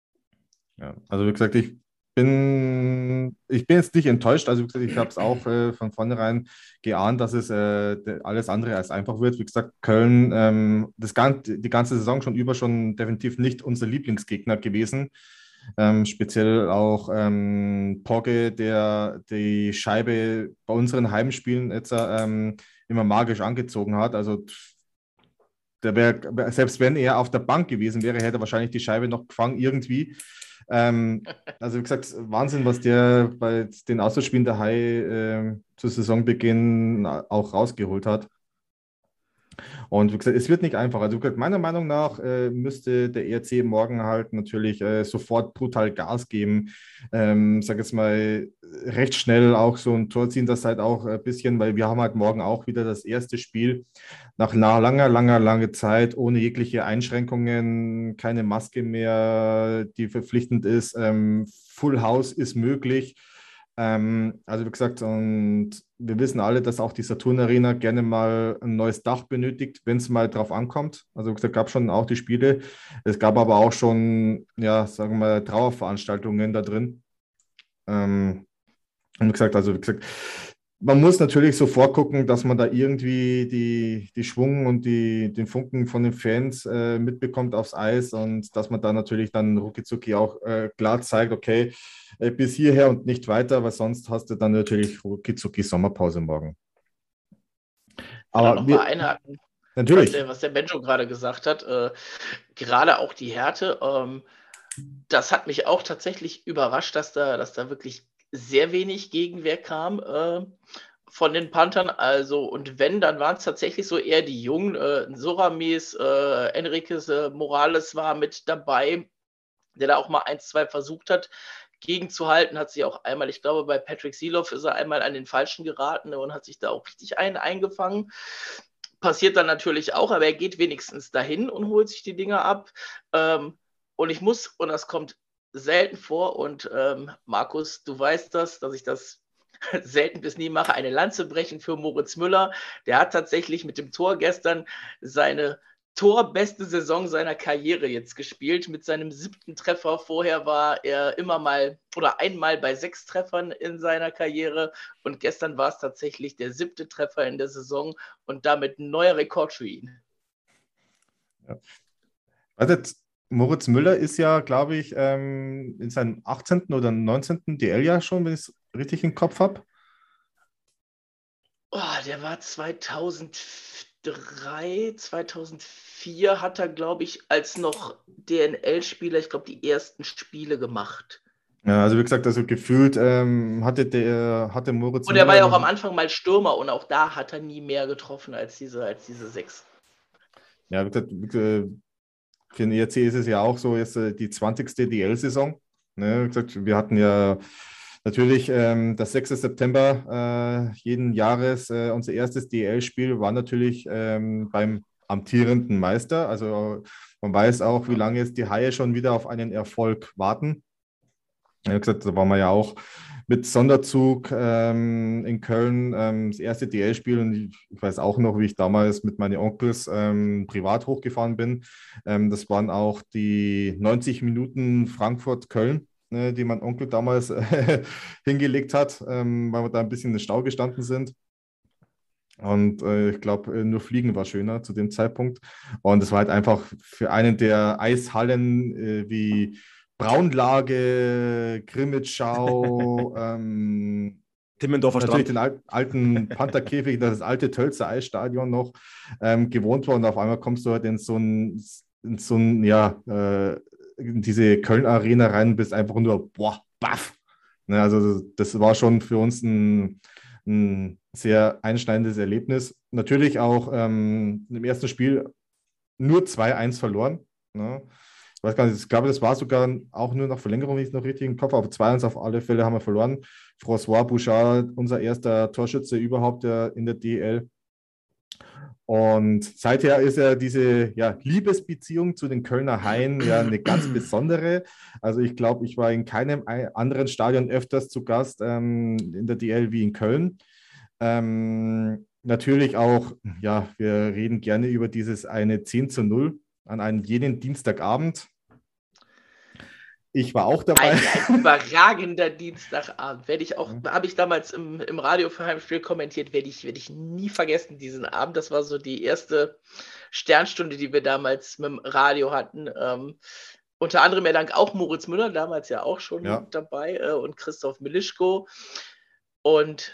Speaker 2: Ja, also wie gesagt, ich bin, ich bin jetzt nicht enttäuscht. Also wie gesagt, ich habe es auch äh, von vornherein geahnt, dass es äh, alles andere als einfach wird. Wie gesagt, Köln, ähm, das gan die ganze Saison schon über schon definitiv nicht unser Lieblingsgegner gewesen. Ähm, speziell auch ähm, Pogge, der die Scheibe bei unseren Heimspielen jetzt ähm, immer magisch angezogen hat. Also der wär, selbst wenn er auf der Bank gewesen wäre, hätte er wahrscheinlich die Scheibe noch gefangen irgendwie. Ähm, also wie gesagt, Wahnsinn, was der bei den Auswärtsspielen der Hai äh, zu Saisonbeginn auch rausgeholt hat. Und wie gesagt, es wird nicht einfach. Also wie gesagt, meiner Meinung nach äh, müsste der E R C morgen halt natürlich äh, sofort brutal Gas geben. Ähm, sag jetzt mal, recht schnell auch so ein Tor ziehen, das halt auch ein bisschen, weil wir haben halt morgen auch wieder das erste Spiel nach einer langer, langer, langer Zeit ohne jegliche Einschränkungen, keine Maske mehr, die verpflichtend ist. Ähm, Full House ist möglich. Ähm, also wie gesagt, und wir wissen alle, dass auch die Saturn Arena gerne mal ein neues Dach benötigt, wenn es mal drauf ankommt. Also wie gesagt, gab schon auch die Spiele. Es gab aber auch schon, ja, sagen wir mal, Trauerveranstaltungen da drin. Ähm, und wie gesagt, also wie gesagt, man muss natürlich so vorgucken, dass man da irgendwie die, die Schwung und die, den Funken von den Fans äh, mitbekommt aufs Eis und dass man da natürlich dann rucki auch äh, klar zeigt, okay, äh, bis hierher und nicht weiter, weil sonst hast du dann natürlich rucki Sommerpause morgen.
Speaker 4: Aber
Speaker 2: Aber
Speaker 4: noch
Speaker 2: wir,
Speaker 4: mal einhaken, was
Speaker 2: natürlich,
Speaker 4: der, was der Benjo gerade gesagt hat. Äh, gerade auch die Härte. Ähm, Das hat mich auch tatsächlich überrascht, dass da, dass da wirklich sehr wenig Gegenwehr kam äh, von den Panthern. Also, und wenn, dann waren es tatsächlich so eher die Jungen. Äh, Soramis, äh, Enriquez äh, Morales war mit dabei, der da auch mal eins, zwei versucht hat, gegenzuhalten. Hat sich auch einmal, ich glaube, bei Patrick Seeloff ist er einmal an den Falschen geraten und hat sich da auch richtig einen eingefangen. Passiert dann natürlich auch, aber er geht wenigstens dahin und holt sich die Dinger ab. Ähm, und ich muss, und das kommt selten vor, und ähm, Markus, du weißt das, dass ich das selten bis nie mache, eine Lanze brechen für Moritz Müller. Der hat tatsächlich mit dem Tor gestern seine torbeste Saison seiner Karriere jetzt gespielt, mit seinem siebten Treffer. Vorher war er immer mal oder einmal bei sechs Treffern in seiner Karriere und gestern war es tatsächlich der siebte Treffer in der Saison und damit ein neuer Rekord für ihn.
Speaker 2: Ja. Also Moritz Müller ist ja, glaube ich, ähm, in seinem achtzehnten oder neunzehnten D L-Jahr schon, wenn ich es richtig im Kopf habe.
Speaker 4: Oh, der war zweitausenddrei, zweitausendvier hat er, glaube ich, als noch D N L-Spieler, ich glaube, die ersten Spiele gemacht.
Speaker 2: Ja, also wie gesagt, also gefühlt ähm, hatte der hatte Moritz
Speaker 4: Und er war
Speaker 2: Müller
Speaker 4: ja auch
Speaker 2: noch-
Speaker 4: am Anfang mal Stürmer und auch da hat er nie mehr getroffen als diese, als diese sechs.
Speaker 2: Ja, wie gesagt, wie gesagt, für den E R C ist es ja auch so, jetzt äh, die zwanzigste D L-Saison. Ne? Wie gesagt, wir hatten ja natürlich ähm, das sechste September äh, jeden Jahres, äh, unser erstes D L-Spiel war natürlich ähm, beim amtierenden Meister. Also man weiß auch, wie lange jetzt die Haie schon wieder auf einen Erfolg warten. Ja, wie gesagt, da waren wir ja auch mit Sonderzug ähm, in Köln ähm, das erste D L-Spiel und ich, ich weiß auch noch, wie ich damals mit meinen Onkels ähm, privat hochgefahren bin. Ähm, das waren auch die neunzig Minuten Frankfurt-Köln, ne, die mein Onkel damals äh, hingelegt hat, ähm, weil wir da ein bisschen in den Stau gestanden sind. Und äh, ich glaube, nur Fliegen war schöner zu dem Zeitpunkt. Und es war halt einfach für einen der Eishallen äh, wie Braunlage, Grimmitschau, ähm,
Speaker 3: Timmendorfer
Speaker 2: natürlich
Speaker 3: Strand.
Speaker 2: den al alten Pantherkäfig, das alte Tölzer Eisstadion noch ähm, gewohnt war. Und auf einmal kommst du halt in so ein, in so ein ja, äh, in diese Köln-Arena rein und bist einfach nur, boah, baff. Ne, also das war schon für uns ein, ein sehr einschneidendes Erlebnis. Natürlich auch ähm, im ersten Spiel nur zwei eins verloren. Ne? Ich weiß gar nicht, ich glaube, das war sogar auch nur nach Verlängerung, wenn ich es noch richtig im Kopf habe. Aber zwei eins auf alle Fälle haben wir verloren. François Bouchard, unser erster Torschütze überhaupt der, in der D L. Und seither ist ja diese ja, Liebesbeziehung zu den Kölner Haien ja eine ganz besondere. Also ich glaube, ich war in keinem anderen Stadion öfters zu Gast ähm, in der D L wie in Köln. Ähm, natürlich auch, ja, wir reden gerne über dieses eine zehn zu null an einem jeden Dienstagabend. Ich war auch dabei.
Speaker 4: Ein, ein überragender Dienstagabend. Werde ich auch, habe ich damals im, im Radio für Heimspiel kommentiert, werde ich, werde ich nie vergessen, diesen Abend. Das war so die erste Sternstunde, die wir damals mit dem Radio hatten. Ähm, unter anderem ja dank auch Moritz Müller, damals ja auch schon
Speaker 2: Ja.
Speaker 4: dabei, äh, und Christoph Milischko. Und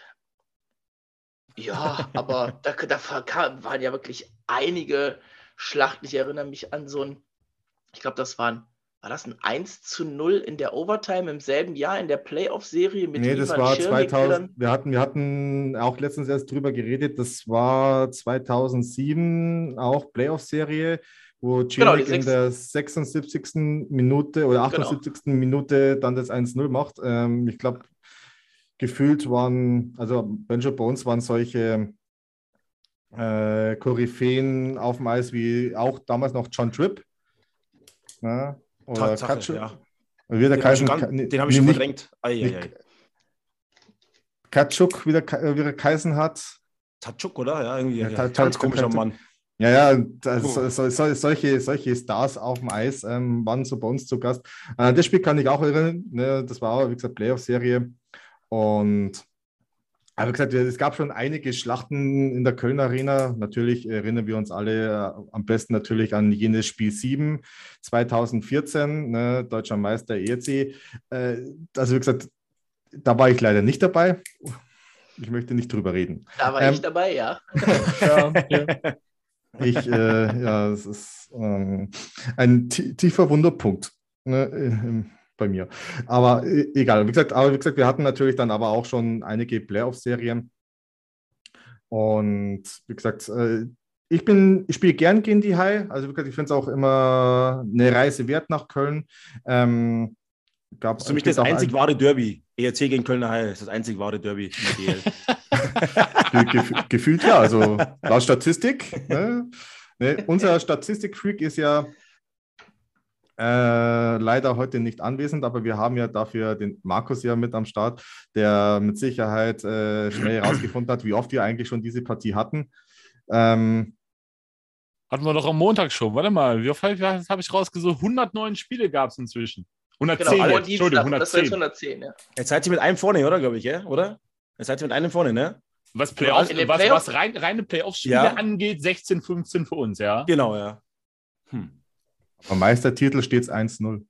Speaker 4: ja, aber da, da kam, waren ja wirklich einige Schlachten. Ich erinnere mich an so ein, ich glaube, das waren, war das ein eins zu null in der Overtime im selben Jahr in der Playoff-Serie mit
Speaker 2: Nee, das
Speaker 4: Ivan
Speaker 2: war
Speaker 4: Schirmig, der
Speaker 2: zweitausend.
Speaker 4: dann-
Speaker 2: Wir hatten, wir hatten auch letztens erst drüber geredet. Das war zweitausendsieben auch Playoff-Serie, wo
Speaker 4: Genau, die
Speaker 2: Schirmig in
Speaker 4: sechs-
Speaker 2: der sechsundsiebzigsten Minute oder achtundsiebzigsten Minute dann das eins null macht. Ähm, ich glaube, gefühlt waren, also Benjo Bones waren solche äh, Koryphäen auf dem Eis wie auch damals noch John Tripp. Ne? Oder
Speaker 3: Tatsache,
Speaker 2: Katschuk.
Speaker 3: ja.
Speaker 2: Wie der
Speaker 3: Den habe ich
Speaker 2: Kaisen-
Speaker 3: schon, ganz,
Speaker 2: nee,
Speaker 3: den hab ich schon
Speaker 2: nee,
Speaker 3: verdrängt. Ei, ei,
Speaker 2: nicht-
Speaker 3: ei.
Speaker 2: Katschuk, wie der, Ka- wie der Kaisen hat.
Speaker 3: Tatschuk, oder? Ja, irgendwie.
Speaker 2: Ja,
Speaker 3: Ja,
Speaker 2: Ta-
Speaker 3: ganz
Speaker 2: Ta-
Speaker 3: komischer
Speaker 2: Ta-
Speaker 3: Mann.
Speaker 2: Ja, ja, das,
Speaker 3: Oh.
Speaker 2: so, so, solche, solche Stars auf dem Eis ähm, waren so bei uns zu Gast. Äh, das Spiel kann ich auch erinnern. Ne? Das war auch, wie gesagt, Playoff-Serie. Und aber wie gesagt, es gab schon einige Schlachten in der Köln Arena. Natürlich erinnern wir uns alle äh, am besten natürlich an jenes Spiel sieben zweitausendvierzehn, ne? Deutscher Meister E R C. Äh, also wie gesagt, da war ich leider nicht dabei. Ich möchte nicht drüber reden.
Speaker 4: Da war
Speaker 2: Ähm,
Speaker 4: ich dabei, ja.
Speaker 2: Ja, ja. Ich, äh, ja, es ist ähm, ein tie- tiefer Wunderpunkt. Ne, äh, bei mir. Aber äh, egal. Wie gesagt, aber wie gesagt, wir hatten natürlich dann aber auch schon einige Playoff-Serien. Und wie gesagt, äh, ich bin, ich spiele gern gegen die Haie. Also wie gesagt, ich finde es auch immer eine Reise wert nach Köln. Ähm, gab,
Speaker 3: Das ist für mich
Speaker 2: gibt
Speaker 3: das
Speaker 2: auch
Speaker 3: einzig
Speaker 2: ein,
Speaker 3: wahre Derby. E R C gegen Kölner Haie ist das einzig wahre Derby in der D L.
Speaker 2: ge gef gefühlt ja, also laut Statistik. Ne? Ne, unser Statistik-Freak ist ja Äh, leider heute nicht anwesend, aber wir haben ja dafür den Markus ja mit am Start, der mit Sicherheit äh, schnell herausgefunden hat, wie oft wir eigentlich schon diese Partie hatten. Ähm,
Speaker 5: Hatten wir doch am Montag schon. Warte mal, wie oft habe ich rausgesucht? hundertneun Spiele gab es inzwischen. hundertzehn
Speaker 4: Genau,
Speaker 5: jetzt. Entschuldigung,
Speaker 4: das war jetzt
Speaker 5: hundertzehn.
Speaker 4: hundertzehn, ja.
Speaker 3: Jetzt seid ihr mit einem vorne, oder, glaube ich, ja? Oder? Jetzt seid ihr mit einem vorne, ne?
Speaker 5: Was, Playoff,
Speaker 4: In den
Speaker 5: was,
Speaker 4: Playoffs?
Speaker 5: was rein, reine Playoff-Spiele
Speaker 3: Ja.
Speaker 5: angeht, sechzehn, fünfzehn für uns, ja?
Speaker 3: Genau, ja. Hm.
Speaker 2: Am Meistertitel steht es eins null.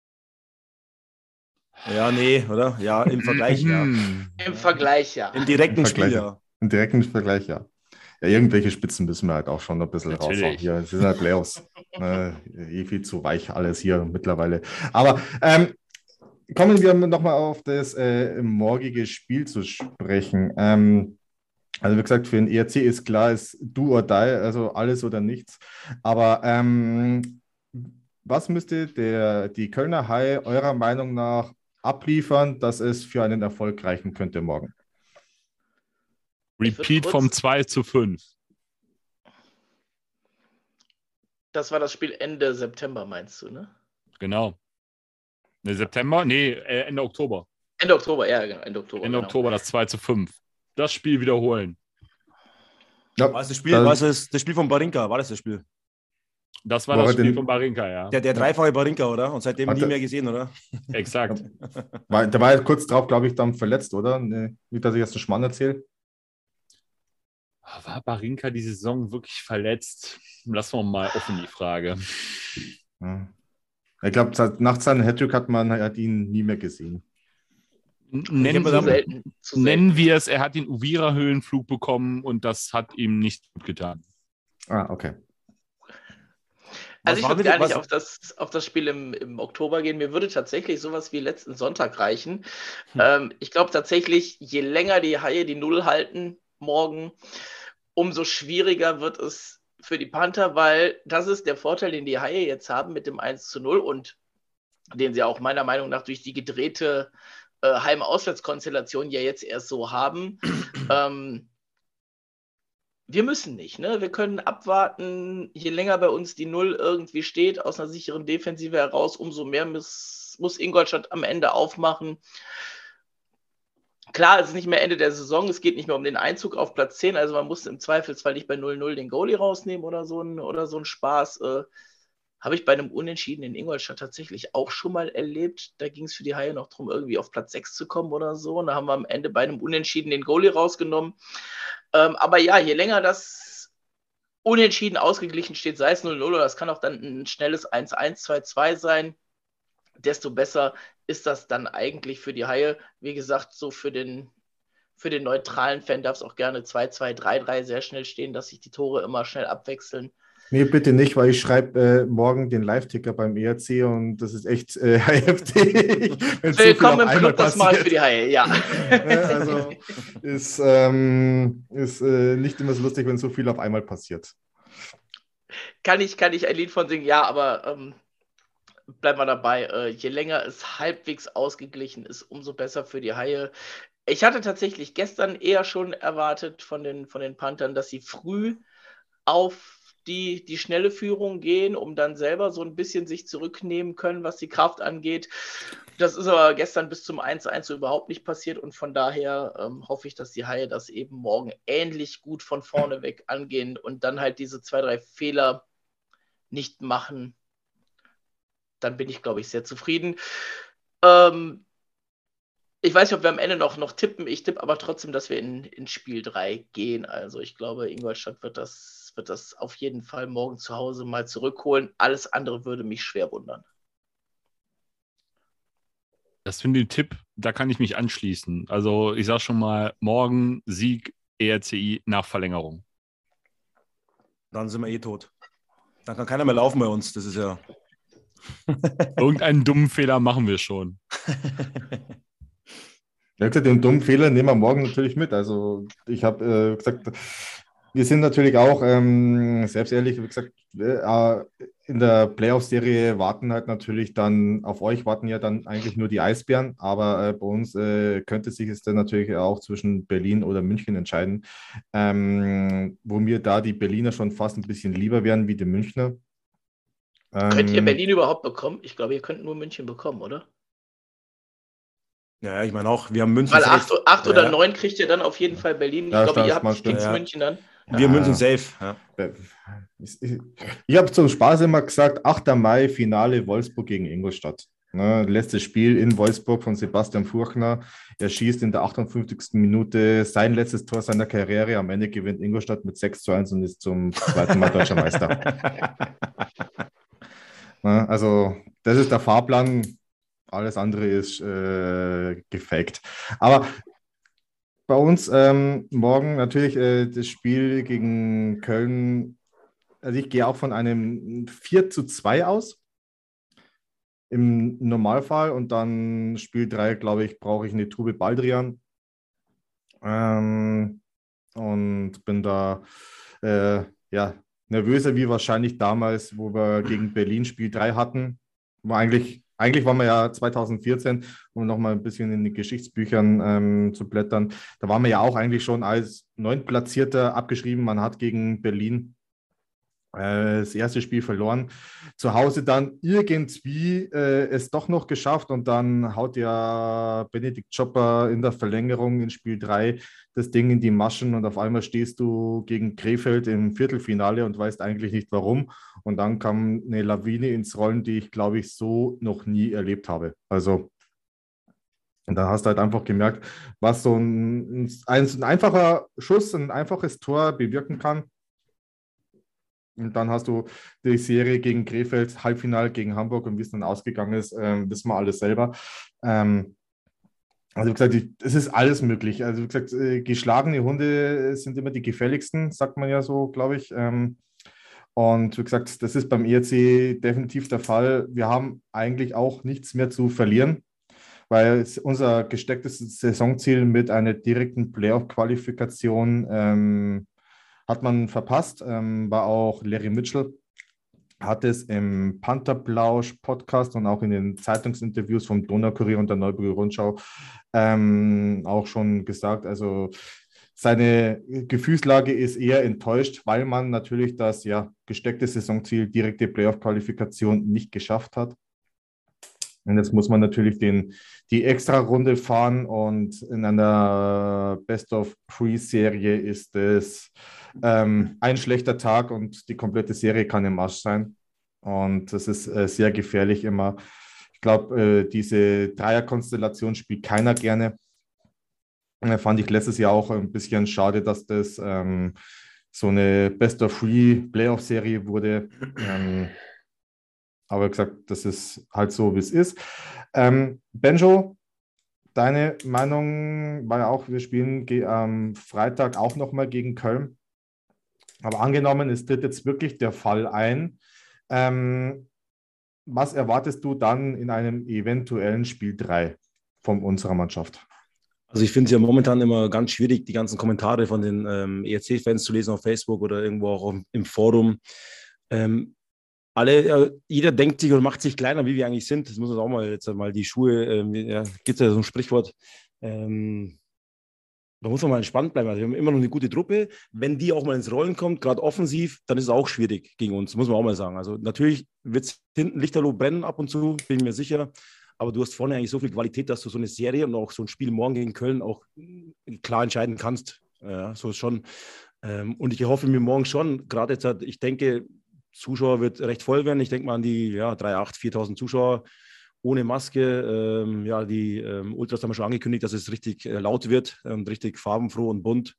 Speaker 3: Ja, nee, oder? Ja, im Vergleich, ja.
Speaker 5: Mhm.
Speaker 4: Im Vergleich, ja.
Speaker 3: Im direkten
Speaker 2: Im
Speaker 3: Spiel,
Speaker 2: Vergleich,
Speaker 3: ja.
Speaker 2: Im direkten Vergleich, ja. Ja, irgendwelche Spitzen müssen wir halt auch schon ein bisschen
Speaker 5: Natürlich.
Speaker 2: raushauen. Hier, es sind halt Playoffs. äh, eh viel zu weich alles hier mittlerweile. Aber ähm, kommen wir nochmal auf das äh, morgige Spiel zu sprechen. Ähm, also wie gesagt, für den E R C ist klar, ist do or die, also alles oder nichts. Aber ähm, was müsste der, die Kölner Haie eurer Meinung nach abliefern, dass es für einen Erfolg reichen könnte morgen?
Speaker 4: Ich würd
Speaker 5: Repeat
Speaker 4: kurz-
Speaker 5: vom zwei zu fünf.
Speaker 4: Das war das Spiel Ende September, meinst du, ne?
Speaker 5: Genau. Ne, September? Nee, äh, Ende Oktober.
Speaker 4: Ende Oktober, ja, genau. Ende Oktober.
Speaker 5: Ende
Speaker 4: genau.
Speaker 5: Oktober das zwei zu fünf. Das Spiel wiederholen.
Speaker 2: Ja,
Speaker 3: War es das Spiel,
Speaker 2: dann-
Speaker 3: war es das, das Spiel von Barinka? War das das Spiel?
Speaker 5: Das war
Speaker 2: Wo
Speaker 5: das
Speaker 2: er
Speaker 5: Spiel
Speaker 2: den-
Speaker 5: von Barinka, ja.
Speaker 3: Der, der dreifache Barinka, oder? Und seitdem
Speaker 2: Warte.
Speaker 3: nie mehr gesehen, oder?
Speaker 5: Exakt.
Speaker 2: War, der war ja kurz drauf, glaube ich, dann verletzt, oder? Nee, nicht, dass ich jetzt einen Schmarrn erzähle.
Speaker 5: War Barinka die Saison wirklich verletzt? Lassen wir mal offen die Frage.
Speaker 2: Ja. Ich glaube, nach seinem Hattrick hat man hat ihn nie mehr gesehen.
Speaker 5: Nennen,
Speaker 3: hab mir
Speaker 4: Zu
Speaker 3: da-
Speaker 4: selten. Zu selten.
Speaker 5: nennen wir es, er hat den Uvira-Höhenflug bekommen und das hat ihm nicht gut getan.
Speaker 2: Ah, okay.
Speaker 4: Also ich
Speaker 3: war
Speaker 4: würde
Speaker 3: denn-
Speaker 4: gar nicht
Speaker 3: was-
Speaker 4: auf das, auf das Spiel im, im Oktober gehen. Mir würde tatsächlich sowas wie letzten Sonntag reichen.
Speaker 3: Hm.
Speaker 4: Ähm, ich glaube tatsächlich, je länger die Haie die Null halten morgen, umso schwieriger wird es für die Panther, weil das ist der Vorteil, den die Haie jetzt haben mit dem eins zu null und den sie auch meiner Meinung nach durch die gedrehte äh, Heim-Auswärts-Konstellation ja jetzt erst so haben. ähm, wir müssen nicht, ne? Wir können abwarten, je länger bei uns die Null irgendwie steht, aus einer sicheren Defensive heraus, umso mehr muss, muss Ingolstadt am Ende aufmachen. Klar, es ist nicht mehr Ende der Saison, es geht nicht mehr um den Einzug auf Platz zehn, also man muss im Zweifelsfall nicht bei null null den Goalie rausnehmen oder so ein, oder so ein Spaß. Äh, habe ich bei einem Unentschieden in Ingolstadt tatsächlich auch schon mal erlebt. Da ging es für die Haie noch darum, irgendwie auf Platz sechs zu kommen oder so. Und da haben wir am Ende bei einem Unentschieden den Goalie rausgenommen. Ähm, aber ja, je länger das Unentschieden ausgeglichen steht, sei es null null oder es kann auch dann ein schnelles eins eins, zwei zwei sein, desto besser ist das dann eigentlich für die Haie. Wie gesagt, so für den, für den neutralen Fan darf es auch gerne zwei zwei, drei drei sehr schnell stehen, dass sich die Tore immer schnell abwechseln.
Speaker 2: Nee, bitte nicht, weil ich schreibe äh, morgen den Live-Ticker beim E R C und das ist echt äh, heftig. wenn so viel
Speaker 4: Willkommen
Speaker 2: auf
Speaker 4: im
Speaker 2: einmal
Speaker 4: Club, das mache ich
Speaker 2: passiert.
Speaker 4: für die Haie, ja.
Speaker 2: Ja, also ist, ähm, ist äh, nicht immer so lustig, wenn so viel auf einmal passiert.
Speaker 4: Kann ich, kann ich ein Lied von singen, ja, aber ähm, bleiben wir dabei. Äh, je länger es halbwegs ausgeglichen ist, umso besser für die Haie. Ich hatte tatsächlich gestern eher schon erwartet von den, von den Panthern, dass sie früh auf die, die schnelle Führung gehen, um dann selber so ein bisschen sich zurücknehmen können, was die Kraft angeht. Das ist aber gestern bis zum eins eins so überhaupt nicht passiert und von daher ähm, hoffe ich, dass die Haie das eben morgen ähnlich gut von vorne weg angehen und dann halt diese zwei, drei Fehler nicht machen. Dann bin ich, glaube ich, sehr zufrieden. Ähm, ich weiß nicht, ob wir am Ende noch, noch tippen. Ich tippe aber trotzdem, dass wir in, in Spiel drei gehen. Also ich glaube, Ingolstadt wird das, wird das auf jeden Fall morgen zu Hause mal zurückholen. Alles andere würde mich schwer wundern.
Speaker 5: Das finde ich ein Tipp, da kann ich mich anschließen. Also ich sage schon mal, morgen Sieg E R C I nach Verlängerung.
Speaker 3: Dann sind wir eh tot. Dann kann keiner mehr laufen bei uns. Das ist ja.
Speaker 5: Irgendeinen dummen Fehler machen wir schon.
Speaker 2: Ja, gesagt, den dummen Fehler nehmen wir morgen natürlich mit. Also ich habe äh, gesagt, wir sind natürlich auch, ähm, selbst ehrlich, wie gesagt, äh, in der Playoff-Serie warten halt natürlich dann, auf euch warten ja dann eigentlich nur die Eisbären, aber äh, bei uns äh, könnte sich es dann natürlich auch zwischen Berlin oder München entscheiden, ähm, wo mir da die Berliner schon fast ein bisschen lieber wären wie die Münchner.
Speaker 4: Könnt ihr
Speaker 2: Ähm,
Speaker 4: Berlin überhaupt bekommen? Ich glaube, ihr könnt nur München bekommen, oder?
Speaker 3: Ja, ich meine auch, wir haben München
Speaker 4: Weil
Speaker 3: safe.
Speaker 4: acht, acht
Speaker 3: Ja,
Speaker 4: oder
Speaker 3: ja.
Speaker 4: neun kriegt ihr dann auf jeden Fall Berlin. Ich
Speaker 2: Ja,
Speaker 4: glaube, ihr
Speaker 2: das
Speaker 4: habt
Speaker 2: mal stimmt.
Speaker 4: fix
Speaker 3: Ja.
Speaker 4: München dann.
Speaker 3: Wir
Speaker 2: Ah.
Speaker 3: München safe. Ja.
Speaker 2: Ich, ich, ich habe zum Spaß immer gesagt, achter Mai, Finale Wolfsburg gegen Ingolstadt. Ne, letztes Spiel in Wolfsburg von Sebastian Furchner. Er schießt in der achtundfünfzigsten Minute sein letztes Tor seiner Karriere. Am Ende gewinnt Ingolstadt mit sechs zu eins und ist zum zweiten Mal deutscher Meister. Ne, also das ist der Fahrplan. Alles andere ist äh, gefaked. Aber bei uns ähm, morgen natürlich äh, das Spiel gegen Köln. Also ich gehe auch von einem vier zu zwei aus im Normalfall und dann Spiel drei, glaube ich, brauche ich eine Tube Baldrian ähm, und bin da äh, ja, nervöser wie wahrscheinlich damals, wo wir gegen Berlin Spiel drei hatten. War eigentlich, eigentlich waren wir ja zwanzig vierzehn, um nochmal ein bisschen in den Geschichtsbüchern ähm, zu blättern. Da waren wir ja auch eigentlich schon als Neuntplatzierter abgeschrieben. Man hat gegen Berlin das erste Spiel verloren. Zu Hause dann irgendwie äh, es doch noch geschafft und dann haut ja Benedikt Chopper in der Verlängerung in Spiel drei das Ding in die Maschen und auf einmal stehst du gegen Krefeld im Viertelfinale und weißt eigentlich nicht warum. Und dann kam eine Lawine ins Rollen, die ich, glaube ich, so noch nie erlebt habe. Also und da hast du halt einfach gemerkt, was so ein, ein, ein einfacher Schuss, ein einfaches Tor bewirken kann. Und dann hast du die Serie gegen Krefeld, Halbfinale gegen Hamburg und wie es dann ausgegangen ist, ähm, wissen wir alles selber. Ähm, also wie gesagt, es ist alles möglich. Also wie gesagt, äh, geschlagene Hunde sind immer die gefälligsten, sagt man ja so, glaube ich. Ähm, und wie gesagt, das ist beim E R C definitiv der Fall. Wir haben eigentlich auch nichts mehr zu verlieren, weil unser gestecktes Saisonziel mit einer direkten Playoff-Qualifikation ähm, hat man verpasst, ähm, war auch Larry Mitchell, hat es im Pantherplausch-Podcast und auch in den Zeitungsinterviews vom Donaukurier und der Neuburger Rundschau ähm, auch schon gesagt. Also seine Gefühlslage ist eher enttäuscht, weil man natürlich das ja gesteckte Saisonziel, direkte Playoff-Qualifikation nicht geschafft hat. Und jetzt muss man natürlich den, die Extra-Runde fahren und in einer Best-of-Three-Serie ist es ähm, ein schlechter Tag und die komplette Serie kann im Arsch sein. Und das ist äh, sehr gefährlich immer. Ich glaube, äh, diese Dreierkonstellation spielt keiner gerne. Äh, fand ich letztes Jahr auch ein bisschen schade, dass das ähm, so eine Best-of-Three-Playoff-Serie wurde. Ähm, Aber gesagt, das ist halt so, wie es ist. Ähm, Benjo, deine Meinung war ja auch, wir spielen am Freitag auch nochmal gegen Köln. Aber angenommen, es tritt jetzt wirklich der Fall ein. Ähm, was erwartest du dann in einem eventuellen Spiel drei von unserer Mannschaft?
Speaker 3: Also ich finde es ja momentan immer ganz schwierig, die ganzen Kommentare von den ähm, E R C-Fans zu lesen auf Facebook oder irgendwo auch im Forum. Ähm, Alle, äh, jeder denkt sich und macht sich kleiner, wie wir eigentlich sind. Das muss man auch mal jetzt mal die Schuhe, ähm, ja, gibt es ja so ein Sprichwort. Ähm, da muss man mal entspannt bleiben. Also wir haben immer noch eine gute Truppe. Wenn die auch mal ins Rollen kommt, gerade offensiv, dann ist es auch schwierig gegen uns, muss man auch mal sagen. Also natürlich wird es hinten Lichterloh brennen ab und zu, bin ich mir sicher. Aber du hast vorne eigentlich so viel Qualität, dass du so eine Serie und auch so ein Spiel morgen gegen Köln auch klar entscheiden kannst. Ja, so ist schon. Ähm, und ich hoffe mir morgen schon, gerade jetzt, hat, ich denke, Zuschauer wird recht voll werden. Ich denke mal an die ja, drei Komma acht, viertausend Zuschauer ohne Maske. Ähm, ja, die ähm, Ultras haben schon angekündigt, dass es richtig äh, laut wird und richtig farbenfroh und bunt.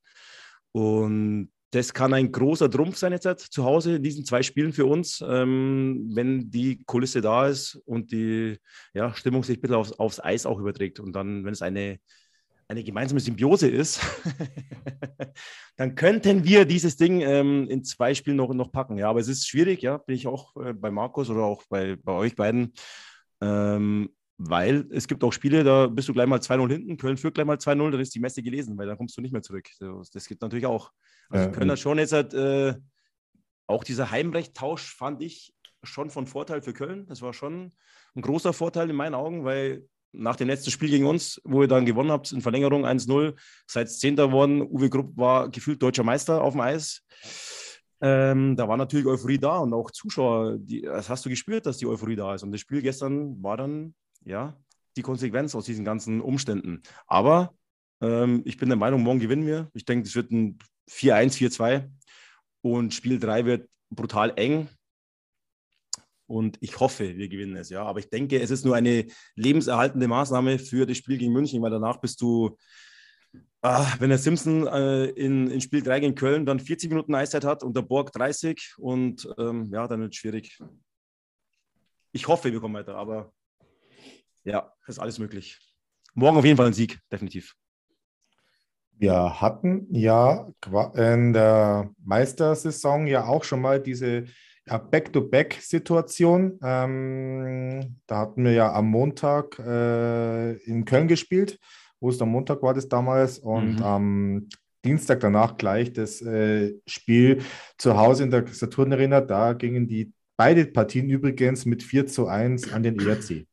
Speaker 3: Und das kann ein großer Trumpf sein jetzt halt, zu Hause in diesen zwei Spielen für uns, ähm, wenn die Kulisse da ist und die ja, Stimmung sich ein bisschen aufs, aufs Eis auch überträgt. Und dann, wenn es eine eine gemeinsame Symbiose ist, dann könnten wir dieses Ding ähm, in zwei Spielen noch, noch packen. Ja, aber es ist schwierig, ja, bin ich auch äh, bei Markus oder auch bei, bei euch beiden, ähm, weil es gibt auch Spiele, da bist du gleich mal zwei null hinten, Köln führt gleich mal zwei null, dann ist die Messe gelesen, weil dann kommst du nicht mehr zurück. Das, das gibt natürlich auch. Also
Speaker 2: Ja,
Speaker 3: Köln hat schon jetzt halt, äh, auch dieser Heimrecht-Tausch fand ich schon von Vorteil für Köln. Das war schon ein großer Vorteil in meinen Augen, weil nach dem letzten Spiel gegen uns, wo ihr dann gewonnen habt in Verlängerung eins null, seid Zehnter geworden. Uwe Grupp war gefühlt deutscher Meister auf dem Eis. Ähm, da war natürlich Euphorie da und auch Zuschauer, die, das hast du gespürt, dass die Euphorie da ist. Und das Spiel gestern war dann, ja, die Konsequenz aus diesen ganzen Umständen. Aber ähm, ich bin der Meinung, morgen gewinnen wir. Ich denke, es wird ein vier eins, vier zwei und Spiel drei wird brutal eng. Und ich hoffe, wir gewinnen es, ja. Aber ich denke, es ist nur eine lebenserhaltende Maßnahme für das Spiel gegen München, weil danach bist du, ah, wenn der Simpson äh, in, in Spiel drei gegen Köln dann vierzig Minuten Eiszeit hat und der Borg dreißig und ähm, ja, dann wird es schwierig. Ich hoffe, wir kommen weiter, aber ja, ist alles möglich. Morgen auf jeden Fall ein Sieg, definitiv.
Speaker 2: Wir hatten ja in der Meistersaison ja auch schon mal diese ja, Back-to-Back-Situation. Ähm, da hatten wir ja am Montag äh, in Köln gespielt. Ostermontag war das damals. Und
Speaker 3: Mhm.
Speaker 2: am Dienstag danach gleich das äh, Spiel zu Hause in der Saturn Arena. Da gingen die beide Partien übrigens mit vier zu eins an den E R C.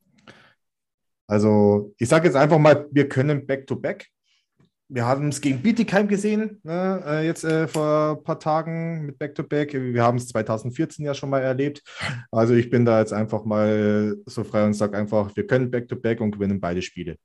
Speaker 2: Also ich sage jetzt einfach mal, wir können Back-to-Back. Wir haben es gegen Bietigheim gesehen, ne, äh, jetzt äh, vor ein paar Tagen mit Back-to-Back. Wir haben es zwanzig vierzehn ja schon mal erlebt. Also ich bin da jetzt einfach mal so frei und sage einfach, wir können Back-to-Back und gewinnen beide Spiele.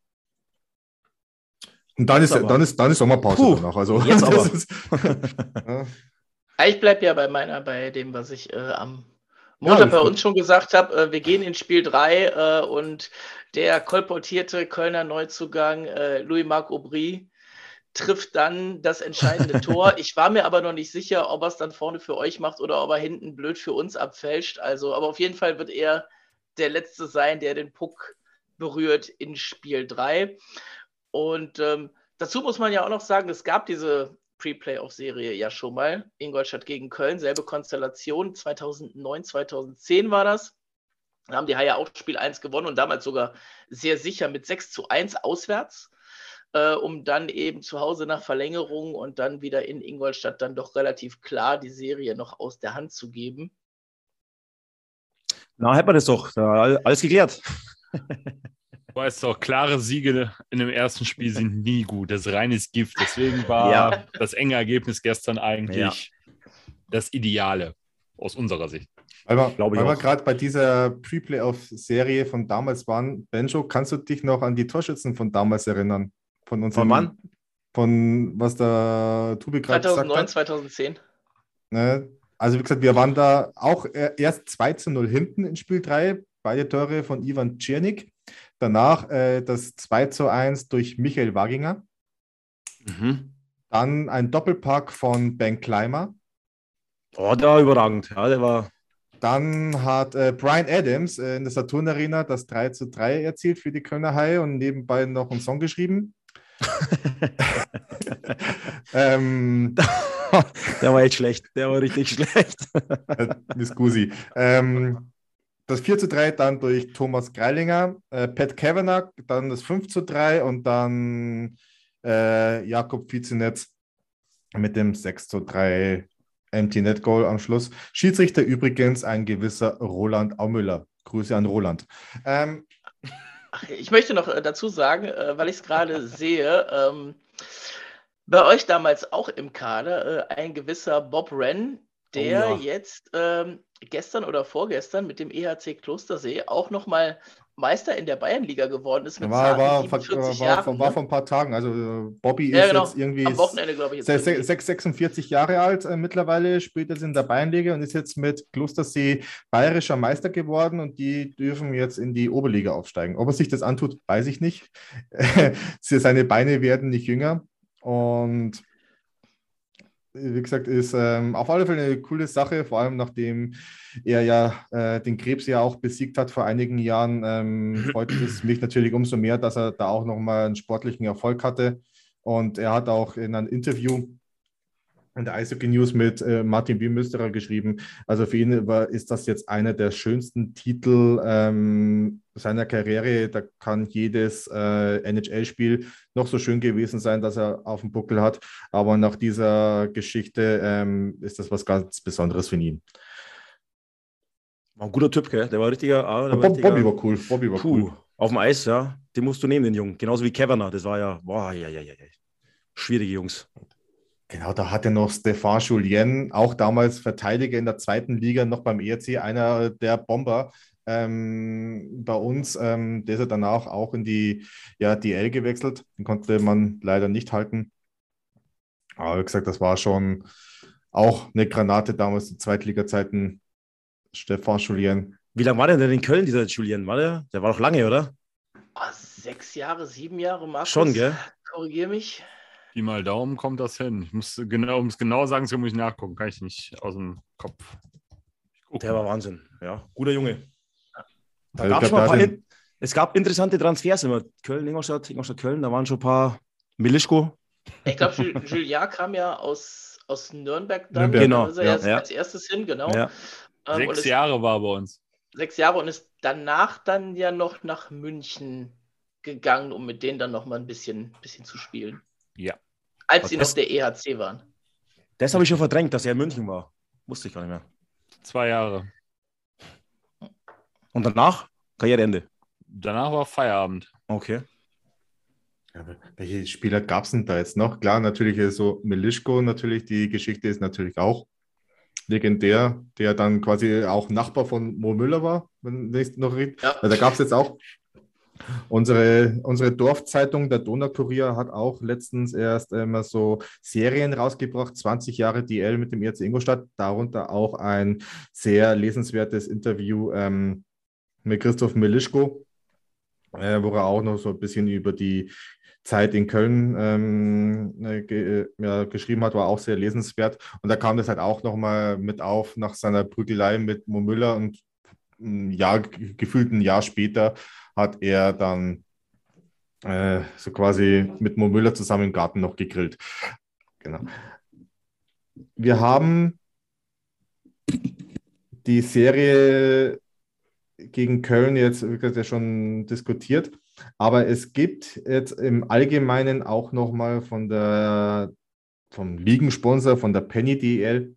Speaker 2: Und dann, ist, dann, ist, dann ist Sommerpause
Speaker 3: Puh,
Speaker 2: danach. Also,
Speaker 3: jetzt aber.
Speaker 2: Ist, ja.
Speaker 4: Ich bleibe ja bei meiner, bei dem, was ich äh, am Montag
Speaker 2: Ja,
Speaker 4: bei
Speaker 2: ich-
Speaker 4: uns schon gesagt habe. Äh, wir gehen in Spiel drei äh, und der kolportierte Kölner Neuzugang äh, Louis-Marc Aubry trifft dann das entscheidende Tor. Ich war mir aber noch nicht sicher, ob er es dann vorne für euch macht oder ob er hinten blöd für uns abfälscht. Also, aber auf jeden Fall wird er der Letzte sein, der den Puck berührt in Spiel drei. Und ähm, dazu muss man ja auch noch sagen, es gab diese Pre-Playoff-Serie ja schon mal. Ingolstadt gegen Köln, selbe Konstellation. zweitausendneun, zweitausendzehn war das. Da haben die Haie auch Spiel eins gewonnen und damals sogar sehr sicher mit sechs zu eins auswärts, äh, um dann eben zu Hause nach Verlängerung und dann wieder in Ingolstadt dann doch relativ klar die Serie noch aus der Hand zu geben.
Speaker 3: Na, hätten wir das doch. Da, alles geklärt.
Speaker 5: Du weißt doch, klare Siege in dem ersten Spiel sind nie gut. Das ist reines Gift. Deswegen war
Speaker 3: Ja.
Speaker 5: das enge Ergebnis gestern eigentlich das Ideale aus unserer Sicht.
Speaker 2: Weil wir,
Speaker 3: Glaube ich
Speaker 2: weil wir
Speaker 3: auch.
Speaker 2: gerade bei dieser Pre-Playoff-Serie von damals waren, Benjo, kannst du dich noch an die Torschützen von damals erinnern? Von unseren,
Speaker 3: Von wann?
Speaker 2: Von was der Tobi gerade gesagt
Speaker 4: zweitausendneun,
Speaker 2: hat?
Speaker 4: zweitausendzehn.
Speaker 2: Ne? Also wie gesagt, wir waren da auch äh, erst zwei zu null hinten in Spiel drei, beide Tore von Ivan Czernik. Danach äh, das zwei zu eins durch Michael Waginger.
Speaker 3: Mhm.
Speaker 2: Dann ein Doppelpack von Ben Kleimer.
Speaker 3: Oh, der war überragend. Ja, der war.
Speaker 2: Dann hat äh, Brian Adams äh, in der Saturn Arena das drei zu drei erzielt für die Kölner Haie und nebenbei noch einen Song geschrieben. ähm,
Speaker 3: Der war echt schlecht. Der war richtig schlecht.
Speaker 2: äh, Miss Gusi. Ähm, das vier zu drei dann durch Thomas Greilinger, äh, Pat Kavanagh, dann das fünf zu drei und dann äh, Jakob Vizenetz mit dem sechs zu drei Empty Net Goal am Schluss. Schiedsrichter übrigens ein gewisser Roland Aumüller. Grüße an Roland. Ähm,
Speaker 4: Ach, ich möchte noch äh, dazu sagen, äh, weil ich es gerade sehe, ähm, bei euch damals auch im Kader äh, ein gewisser Bob Wren, der
Speaker 3: Oh ja.
Speaker 4: jetzt ähm, gestern oder vorgestern mit dem E H C Klostersee auch nochmal Meister in der Bayernliga geworden ist mit
Speaker 2: war,
Speaker 4: zarten
Speaker 2: war,
Speaker 4: siebenundvierzig
Speaker 2: war,
Speaker 4: Jahren.
Speaker 2: war,
Speaker 4: ne?
Speaker 2: war vor ein paar Tagen. Also äh, Bobby
Speaker 4: Ja,
Speaker 2: ist
Speaker 4: genau.
Speaker 2: jetzt irgendwie
Speaker 4: Am Wochenende, glaube ich. Jetzt
Speaker 2: se- se-
Speaker 4: irgendwie.
Speaker 2: sechs- sechsundvierzig Jahre alt äh, mittlerweile, spielt jetzt in der Bayernliga und ist jetzt mit Klostersee bayerischer Meister geworden und die dürfen jetzt in die Oberliga aufsteigen. Ob er sich das antut, weiß ich nicht. Seine Beine werden nicht jünger und wie gesagt, ist ähm, auf alle Fälle eine coole Sache, vor allem nachdem er ja äh, den Krebs ja auch besiegt hat vor einigen Jahren. Ähm, freut es mich natürlich umso mehr, dass er da auch nochmal einen sportlichen Erfolg hatte. Und er hat auch in einem Interview in der Eishockey News mit äh, Martin Biermüsterer geschrieben. Also für ihn war, ist das jetzt einer der schönsten Titel ähm, seiner Karriere. Da kann jedes äh, N H L-Spiel noch so schön gewesen sein, dass er auf dem Buckel hat. Aber nach dieser Geschichte ähm, ist das was ganz Besonderes für ihn.
Speaker 3: War ein guter Typ, gell? Der war richtiger. Ah, der war
Speaker 2: Bob,
Speaker 3: richtiger
Speaker 2: Bobby war cool. Bobby war
Speaker 3: puh,
Speaker 2: cool.
Speaker 3: auf dem Eis, ja. Den musst du nehmen, den Jungen. Genauso wie Kavanagh. Das war ja, boah, ja, ja, ja, ja. Schwierige Jungs.
Speaker 2: Genau, da hatte noch Stéphane Julien, auch damals Verteidiger in der zweiten Liga, noch beim E R C, einer der Bomber ähm, bei uns. Ähm, der ist ja danach auch in die ja, D L gewechselt. Den konnte man leider nicht halten. Aber wie gesagt, das war schon auch eine Granate damals, die Zweitliga-Zeiten. Stéphane Julien.
Speaker 3: Wie lange war der denn in Köln, dieser Julien? War der? Der war doch lange, oder?
Speaker 4: Oh, sechs Jahre, sieben Jahre, Markus.
Speaker 3: Schon, gell?
Speaker 4: Korrigier mich.
Speaker 5: Pi mal Daumen kommt das hin. Ich muss genau, um es genau sagen zu können, muss ich nachgucken. Kann ich nicht aus dem Kopf.
Speaker 3: Der war Wahnsinn. Ja, guter Junge. Da
Speaker 2: Also
Speaker 3: gab's
Speaker 2: ich
Speaker 3: schon mal
Speaker 2: glaub,
Speaker 3: ein
Speaker 2: da
Speaker 3: paar, in, es gab interessante Transfers immer. Köln, Ingolstadt, Ingolstadt, Köln, da waren schon ein paar. Milischko.
Speaker 4: Ich glaube, Julia kam ja aus, aus Nürnberg dann.
Speaker 2: Nürnberg.
Speaker 3: Genau,
Speaker 4: Da ist er
Speaker 3: ja,
Speaker 4: erst
Speaker 3: ja.
Speaker 4: als erstes hin, genau.
Speaker 3: Ja.
Speaker 4: Ähm, und
Speaker 5: Sechs
Speaker 4: ist,
Speaker 5: Jahre war er bei uns.
Speaker 4: Sechs Jahre und ist danach dann ja noch nach München gegangen, um mit denen dann noch mal ein bisschen, bisschen zu spielen.
Speaker 5: Ja.
Speaker 4: Als
Speaker 3: Was
Speaker 4: sie
Speaker 3: das-
Speaker 4: noch der E H C waren.
Speaker 3: Das habe ich schon verdrängt, dass er in München war. Wusste ich gar nicht mehr.
Speaker 5: Zwei Jahre.
Speaker 3: Und danach? Karriereende.
Speaker 5: Danach war Feierabend.
Speaker 3: Okay.
Speaker 2: Ja, aber welche Spieler gab es denn da jetzt noch? Klar, natürlich ist so Milischko, natürlich, die Geschichte ist natürlich auch legendär, der dann quasi auch Nachbar von Mo Müller war, wenn ich noch richtig.
Speaker 4: Ja.
Speaker 2: Da gab es jetzt auch unsere, unsere Dorfzeitung, der Donaukurier, hat auch letztens erst immer so Serien rausgebracht, zwanzig Jahre D L mit dem E R C Ingolstadt, darunter auch ein sehr lesenswertes Interview ähm, mit Christoph Milischko, äh, wo er auch noch so ein bisschen über die Zeit in Köln ähm, äh, ge, ja, geschrieben hat, war auch sehr lesenswert. Und da kam das halt auch nochmal mit auf nach seiner Prügelei mit Mo Müller und ein Jahr, gefühlt ein Jahr später hat er dann äh, so quasi mit Mo Müller zusammen im Garten noch gegrillt. Genau. Wir haben die Serie gegen Köln jetzt, wie gesagt, ja schon diskutiert. Aber es gibt jetzt im Allgemeinen auch nochmal von der, vom Ligensponsor, von der Penny D L,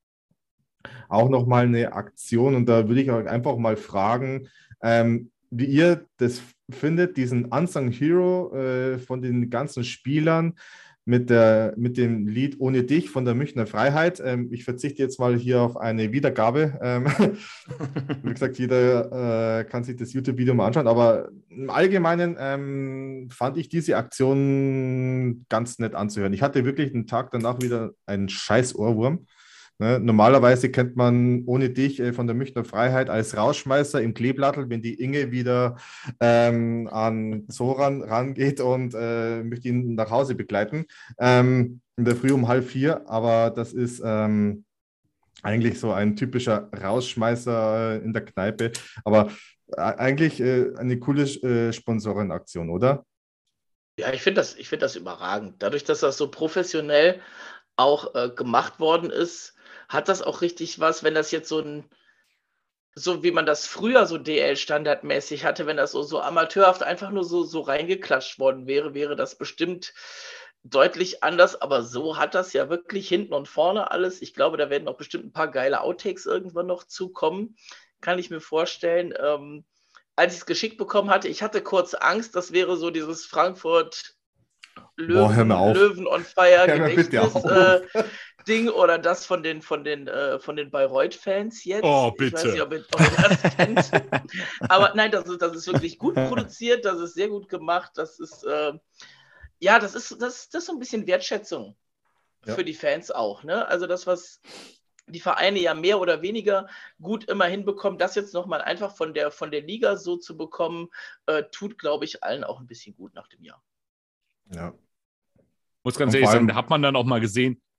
Speaker 2: auch nochmal eine Aktion. Und da würde ich euch einfach mal fragen, ähm, wie ihr das findet, diesen Unsung Hero äh, von den ganzen Spielern mit, der, mit dem Lied Ohne dich von der Münchner Freiheit. Ähm, ich verzichte jetzt mal hier auf eine Wiedergabe. Ähm, wie gesagt, jeder äh, kann sich das YouTube-Video mal anschauen, aber im Allgemeinen ähm, fand ich diese Aktion ganz nett anzuhören. Ich hatte wirklich einen Tag danach wieder einen scheiß Ohrwurm. Ne? Normalerweise kennt man Ohne dich äh, von der Münchner Freiheit als Rausschmeißer im Kleeblattel, wenn die Inge wieder ähm, an Zoran rangeht und äh, möchte ihn nach Hause begleiten. Ähm, in der Früh um halb vier, aber das ist ähm, eigentlich so ein typischer Rausschmeißer äh, in der Kneipe. Aber äh, eigentlich äh, eine coole äh, Sponsorenaktion, oder?
Speaker 4: Ja, ich finde das, ich find das überragend. Dadurch, dass das so professionell auch äh, gemacht worden ist, hat das auch richtig was, wenn das jetzt so ein, so wie man das früher so D L-standardmäßig hatte, wenn das so, so amateurhaft einfach nur so, so reingeklatscht worden wäre, wäre das bestimmt deutlich anders, aber so hat das ja wirklich hinten und vorne alles. Ich glaube, da werden auch bestimmt ein paar geile Outtakes irgendwann noch zukommen, kann ich mir vorstellen. Ähm, als ich es geschickt bekommen hatte, ich hatte kurz Angst, das wäre so dieses Frankfurt
Speaker 2: Boah, hör
Speaker 4: Löwen,
Speaker 2: mir auf.
Speaker 4: Löwen on Fire
Speaker 2: Hör mir bitte auf.
Speaker 4: Gedächtnis äh, Ding oder das von den von den äh, von den Bayreuth-Fans jetzt.
Speaker 5: Oh,
Speaker 4: Ich weiß
Speaker 5: bitte.
Speaker 4: nicht, ob ihr, ob ihr das kennt. Aber nein, das ist, das ist wirklich gut produziert, das ist sehr gut gemacht, das ist äh, ja, das ist das, das ist so ein bisschen Wertschätzung
Speaker 2: Ja.
Speaker 4: für die Fans auch, ne? Also das, was die Vereine ja mehr oder weniger gut immer hinbekommen, das jetzt nochmal einfach von der, von der Liga so zu bekommen, äh, tut, glaube ich, allen auch ein bisschen gut nach dem Jahr.
Speaker 2: Ja.
Speaker 5: Muss ganz
Speaker 2: Und
Speaker 5: ehrlich
Speaker 2: vor allem-
Speaker 5: sagen, da hat man dann auch mal gesehen,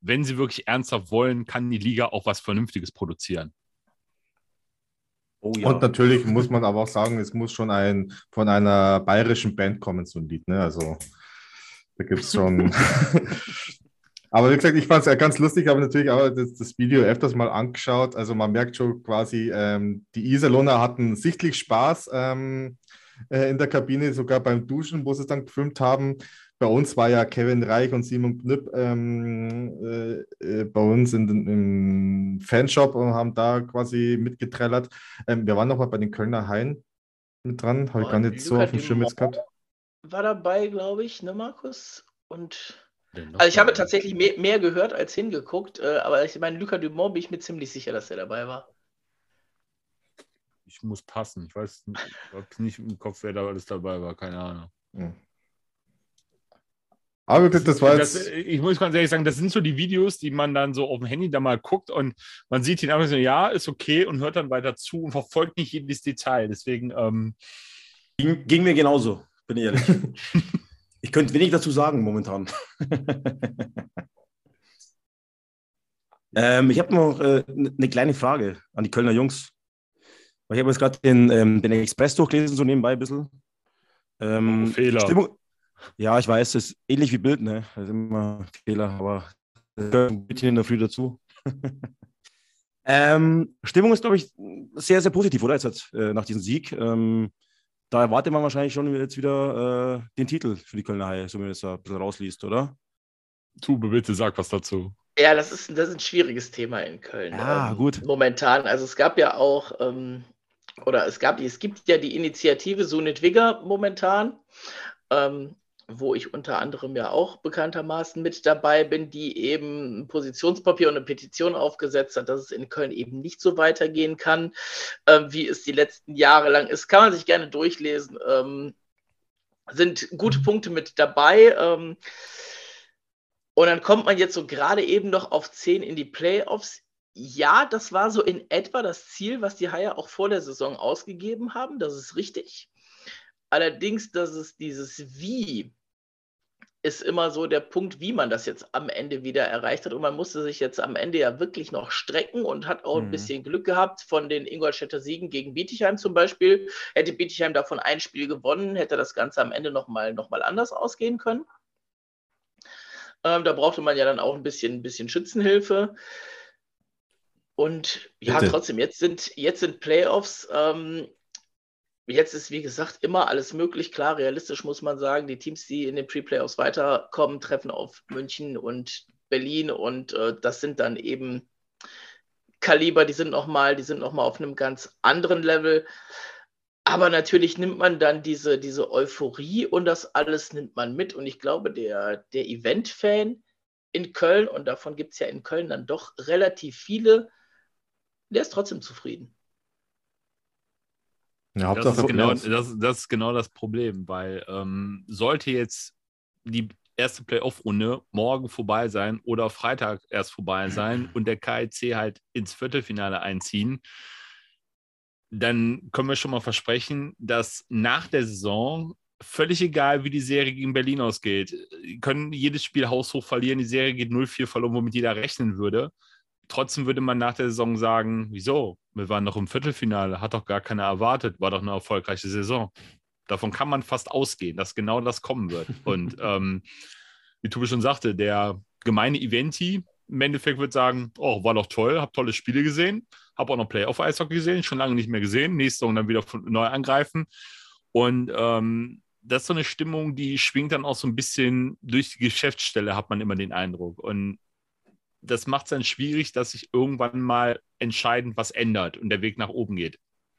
Speaker 5: wenn sie wirklich ernsthaft wollen, kann die Liga auch was Vernünftiges produzieren.
Speaker 3: Oh ja.
Speaker 2: Und natürlich muss man aber auch sagen, es muss schon ein von einer bayerischen Band kommen, so ein Lied. Ne? Also da gibt es schon. Aber wie gesagt, ich fand es ja ganz lustig, habe natürlich auch das, das Video öfters mal angeschaut. Also man merkt schon quasi, ähm, die Iserlohner hatten sichtlich Spaß ähm, äh, in der Kabine, sogar beim Duschen, wo sie es dann gefilmt haben. Bei uns war ja Kevin Reich und Simon Knipp ähm, äh, äh, bei uns in den, im Fanshop und haben da quasi mitgetrellert. Ähm, wir waren nochmal bei den Kölner Haien mit dran, habe ich gar nicht so
Speaker 4: Luca
Speaker 2: auf dem Schirm jetzt gehabt.
Speaker 4: war dabei, glaube ich, ne, Markus? Und also ich habe tatsächlich mehr, mehr gehört als hingeguckt, äh, aber ich meine, Luca Dumont bin ich mir ziemlich sicher, dass er dabei war.
Speaker 5: Ich muss passen. Ich weiß nicht, ich habe nicht im Kopf, wer da alles dabei war. Keine Ahnung.
Speaker 2: Ja. Aber das, das war jetzt...
Speaker 5: Das, ich muss ganz ehrlich sagen, das sind so die Videos, die man dann so auf dem Handy da mal guckt und man sieht ihn einfach so, ja, ist okay und hört dann weiter zu und verfolgt nicht jedes Detail. Deswegen... Ähm,
Speaker 3: ging, ging mir genauso, bin ich ehrlich. Ich könnte wenig dazu sagen momentan. ähm, ich habe noch äh, eine kleine Frage an die Kölner Jungs. Ich habe jetzt gerade den, ähm, den Express durchgelesen, so nebenbei ein bisschen. Ähm,
Speaker 5: oh, Fehler.
Speaker 3: Stimmung, ja, ich weiß, das ist ähnlich wie Bild, ne? Das ist immer Fehler, aber das gehört ein bisschen in der Früh dazu. ähm, Stimmung ist, glaube ich, sehr, sehr positiv, oder? Jetzt äh, nach diesem Sieg. Ähm, Da erwartet man wahrscheinlich schon jetzt wieder äh, den Titel für die Kölner Haie, so wie man es da ein bisschen rausliest, oder?
Speaker 5: Tube, bitte sag was dazu.
Speaker 4: Ja, das ist, das ist ein schwieriges Thema in Köln.
Speaker 3: Ja,
Speaker 4: ähm,
Speaker 3: gut.
Speaker 4: Momentan. Also es gab ja auch, ähm, oder es gab, es gibt ja die Initiative So nicht Wigger momentan, ähm, wo ich unter anderem ja auch bekanntermaßen mit dabei bin, die eben ein Positionspapier und eine Petition aufgesetzt hat, dass es in Köln eben nicht so weitergehen kann, ähm, wie es die letzten Jahre lang ist. Kann man sich gerne durchlesen. Ähm, sind gute Punkte mit dabei. Ähm, und dann kommt man jetzt so gerade eben noch auf zehn in die Playoffs. Ja, das war so in etwa das Ziel, was die Haie auch vor der Saison ausgegeben haben. Das ist richtig. Allerdings, dass es dieses Wie ist immer so der Punkt, wie man das jetzt am Ende wieder erreicht hat. Und man musste sich jetzt am Ende ja wirklich noch strecken und hat auch ein
Speaker 3: Mhm.
Speaker 4: bisschen Glück gehabt von den Ingolstädter Siegen gegen Bietigheim zum Beispiel. Hätte Bietigheim davon ein Spiel gewonnen, hätte das Ganze am Ende nochmal noch mal anders ausgehen können. Ähm, da brauchte man ja dann auch ein bisschen, ein bisschen Schützenhilfe. Und ja,
Speaker 2: Bitte.
Speaker 4: trotzdem, jetzt sind, jetzt sind Playoffs. Ähm, Jetzt ist, wie gesagt, immer alles möglich. Klar, realistisch muss man sagen, die Teams, die in den Pre-Playoffs weiterkommen, treffen auf München und Berlin und äh, das sind dann eben Kaliber, die sind nochmal, die sind noch mal auf einem ganz anderen Level. Aber natürlich nimmt man dann diese, diese Euphorie und das alles nimmt man mit. Und ich glaube, der, der Event-Fan in Köln, und davon gibt es ja in Köln dann doch relativ viele, der ist trotzdem zufrieden.
Speaker 2: Ja,
Speaker 5: Das ist, genau, das, das ist genau das Problem, weil ähm, sollte jetzt die erste Playoff-Runde morgen vorbei sein oder Freitag erst vorbei sein und der K I C halt ins Viertelfinale einziehen, dann können wir schon mal versprechen, dass nach der Saison, völlig egal, wie die Serie gegen Berlin ausgeht, können jedes Spiel haushoch verlieren, die Serie geht null vier verloren, womit jeder rechnen würde. Trotzdem würde man nach der Saison sagen, wieso? Wir waren doch im Viertelfinale, hat doch gar keiner erwartet, war doch eine erfolgreiche Saison. Davon kann man fast ausgehen, dass genau das kommen wird. Und ähm, wie Tobi schon sagte, der gemeine Eventi im Endeffekt wird sagen, oh, war doch toll, hab tolle Spiele gesehen, hab auch noch Playoff-Eishockey gesehen, schon lange nicht mehr gesehen, nächste Saison dann wieder von, neu angreifen. Und ähm, das ist so eine Stimmung, die schwingt dann auch so ein bisschen durch die Geschäftsstelle, hat man immer den Eindruck. Und das macht es dann schwierig, dass sich irgendwann mal entscheidend was ändert und der Weg nach oben geht.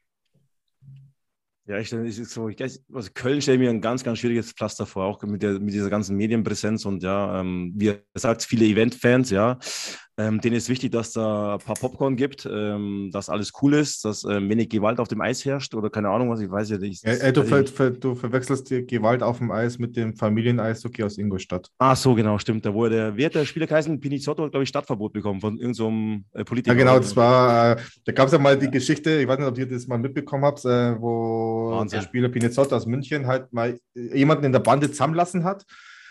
Speaker 3: Ja, ich stelle so, ich, also Köln stelle mir ein ganz, ganz schwieriges Pflaster vor, auch mit, der, mit dieser ganzen Medienpräsenz und ja, ähm, wie er sagt, viele Event-Fans, ja, ähm, denen ist wichtig, dass da ein paar Popcorn gibt, ähm, dass alles cool ist, dass ähm, wenig Gewalt auf dem Eis herrscht oder keine Ahnung was, ich weiß ja nicht.
Speaker 2: Ja, ey, du, ver ver du verwechselst die Gewalt auf dem Eis mit dem Familieneishockey aus Ingolstadt.
Speaker 3: Ach so, genau, stimmt. Da wurde der, wer hat der Spieler geheißen? Pinizotto hat, glaube ich, Stadtverbot bekommen von irgendeinem so äh, Politiker.
Speaker 2: Ja, genau, das war, äh, da gab es ja mal die Geschichte, ich weiß nicht, ob ihr das mal mitbekommen habt, äh, wo
Speaker 3: Wahnsinn.
Speaker 2: der Spieler Pinizotto aus München halt mal jemanden in der Bande zusammenlassen hat.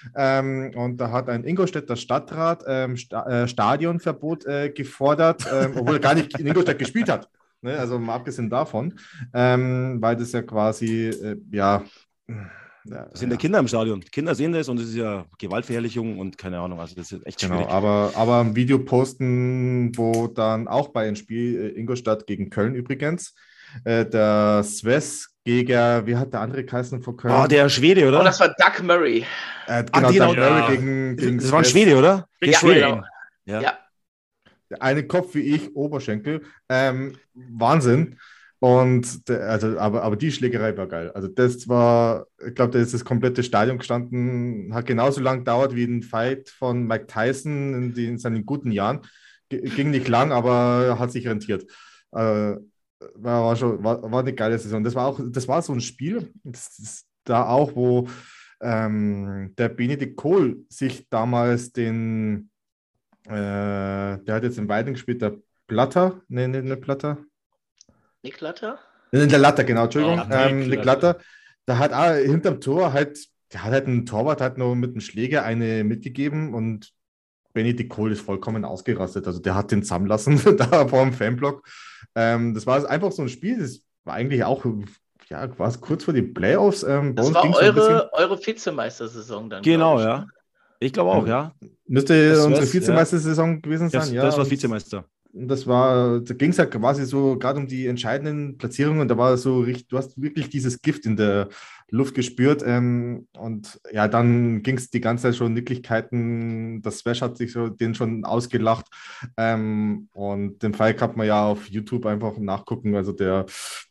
Speaker 2: Ähm, und da hat ein Ingolstädter Stadtrat ähm, Sta äh, Stadionverbot äh, gefordert, ähm, obwohl er gar nicht in Ingolstadt gespielt hat. Ne? Also mal abgesehen davon, ähm, weil das ja quasi, äh, ja... Ja,
Speaker 3: Das sind
Speaker 2: ja.
Speaker 3: ja Kinder im Stadion. Kinder sehen das und es ist ja Gewaltverherrlichung und keine Ahnung. Also das ist echt
Speaker 2: Genau,
Speaker 3: schwierig.
Speaker 2: aber, aber ein Video posten, wo dann auch bei einem Spiel äh, Ingolstadt gegen Köln übrigens, äh, der Sves gegen, wie hat der andere geheißen von Köln?
Speaker 3: Oh, der Schwede, oder?
Speaker 4: Oh, das war Doug Murray.
Speaker 2: Äh,
Speaker 3: Ah,
Speaker 2: genau,
Speaker 3: genau.
Speaker 2: Doug Murray
Speaker 5: Ja.
Speaker 2: gegen, gegen
Speaker 3: Das war ein
Speaker 2: Sves.
Speaker 3: Schwede, oder?
Speaker 5: Big
Speaker 4: Ja,
Speaker 5: Train.
Speaker 4: genau.
Speaker 3: Ja.
Speaker 4: Ja.
Speaker 2: Einen Kopf wie ich, Oberschenkel. Ähm, Wahnsinn. Und der, also, aber, aber die Schlägerei war geil. Also das war, ich glaube, da ist das komplette Stadion gestanden, hat genauso lang gedauert wie ein Fight von Mike Tyson in, die, in seinen guten Jahren. G ging nicht lang, aber hat sich rentiert. Äh, war, war, schon, war, war eine geile Saison. Das war auch, das war so ein Spiel, das ist da auch, wo ähm, der Benedikt Kohl sich damals den äh, der hat jetzt im Weiding gespielt, der Platter, ne, ne, ne Platter.
Speaker 4: Nick Latter?
Speaker 2: In der Latter, genau, Entschuldigung.
Speaker 5: Oh,
Speaker 2: ähm,
Speaker 5: Nick
Speaker 2: Nick
Speaker 5: Latter.
Speaker 2: Latter, der hat auch hinterm Tor halt, der hat halt einen Torwart halt noch mit dem Schläger eine mitgegeben und Benedikt Kohl ist vollkommen ausgerastet. Also der hat den zusammenlassen da vor dem Fanblock. Ähm, das war einfach so ein Spiel, das war eigentlich auch, ja, war es kurz vor den Playoffs. Ähm, bei
Speaker 4: Das
Speaker 2: uns
Speaker 4: war
Speaker 2: ging's so ein bisschen-
Speaker 4: eure, eure Vizemeistersaison dann.
Speaker 3: Genau,
Speaker 4: glaub ich.
Speaker 3: ja. Ich glaube auch, ja.
Speaker 2: Müsste
Speaker 3: Das
Speaker 2: unsere
Speaker 3: wär's, ja.
Speaker 2: Vizemeistersaison gewesen
Speaker 3: Das,
Speaker 2: sein, ja.
Speaker 3: das war
Speaker 2: und-
Speaker 3: Vizemeister.
Speaker 2: Das war, da ging es ja quasi so gerade um die entscheidenden Platzierungen und da war so richtig, du hast wirklich dieses Gift in der Luft gespürt. Ähm, und ja, dann ging es die ganze Zeit schon Nicklichkeiten. Das Swash hat sich so den schon ausgelacht. Ähm, und den Fall kann man ja auf YouTube einfach nachgucken. Also der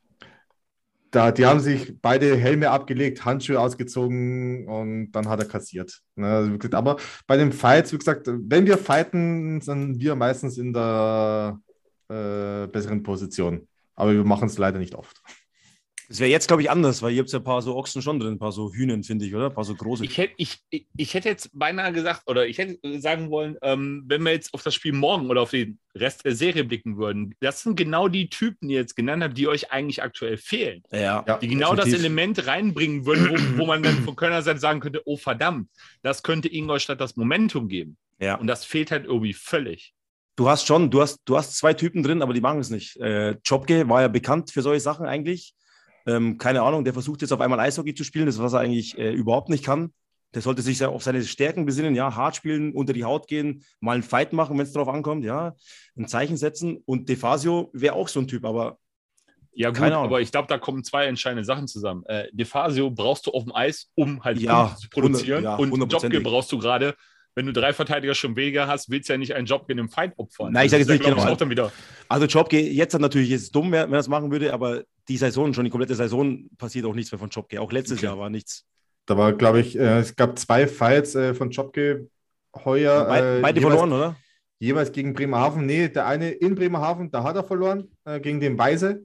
Speaker 2: da, die haben sich beide Helme abgelegt, Handschuhe ausgezogen und dann hat er kassiert. Ne, also wie gesagt, aber bei den Fights, wie gesagt, wenn wir fighten, sind wir meistens in der äh, besseren Position. Aber wir machen es leider nicht oft.
Speaker 3: Das wäre jetzt, glaube ich, anders, weil ihr habt ja ein paar so Ochsen schon drin, ein paar so Hühnen, finde ich, oder? Ein paar so große.
Speaker 5: Ich hätte, ich, ich, ich hätte jetzt beinahe gesagt, oder ich hätte sagen wollen, ähm, wenn wir jetzt auf das Spiel morgen oder auf den Rest der Serie blicken würden, das sind genau die Typen, die ihr jetzt genannt habt, die euch eigentlich aktuell fehlen.
Speaker 3: ja,
Speaker 2: Ja,
Speaker 5: Die genau das
Speaker 3: definitiv.
Speaker 5: Element reinbringen würden, wo, wo man dann von Kölner Seite sagen könnte, oh verdammt, das könnte Ingolstadt das Momentum geben.
Speaker 3: Ja.
Speaker 5: Und das fehlt halt irgendwie völlig.
Speaker 3: Du hast schon, du hast, du hast zwei Typen drin, aber die machen es nicht. Äh, Jobke war ja bekannt für solche Sachen eigentlich. Ähm, keine Ahnung, der versucht jetzt auf einmal Eishockey zu spielen, das was er eigentlich äh, überhaupt nicht kann. Der sollte sich auf seine Stärken besinnen, ja, hart spielen, unter die Haut gehen, mal einen Fight machen, wenn es drauf ankommt, ja, ein Zeichen setzen. Und DeFazio wäre auch so ein Typ, aber
Speaker 5: Ja gut,
Speaker 3: Keine Ahnung.
Speaker 5: aber ich glaube, da kommen zwei entscheidende Sachen zusammen. Äh, DeFazio brauchst du auf dem Eis, um halt
Speaker 3: Ja,
Speaker 5: Punkte zu produzieren.
Speaker 3: hundert- ja,
Speaker 5: und Jobke
Speaker 3: hundertprozentig.
Speaker 5: brauchst du gerade, wenn du drei Verteidiger schon weniger hast, willst du ja nicht einen Jobke in einem Fight opfern.
Speaker 3: Nein, ich
Speaker 5: Das
Speaker 3: sag
Speaker 5: ist
Speaker 3: jetzt nicht
Speaker 5: ja, glaub
Speaker 3: genau.
Speaker 5: ich, auch dann wieder.
Speaker 3: also Jobke, jetzt natürlich ist es dumm, wenn er das machen würde, aber die Saison, schon die komplette Saison, passiert auch nichts mehr von Jobke. Auch letztes
Speaker 5: Okay.
Speaker 3: Jahr war nichts.
Speaker 2: Da war, glaube ich, äh, es gab zwei Fights äh, von Jobke heuer.
Speaker 3: Be
Speaker 2: äh,
Speaker 3: beide
Speaker 2: jeweils,
Speaker 3: verloren, oder?
Speaker 2: Jeweils gegen Bremerhaven. Nee, der eine in Bremerhaven, da hat er verloren, äh, gegen den Weise.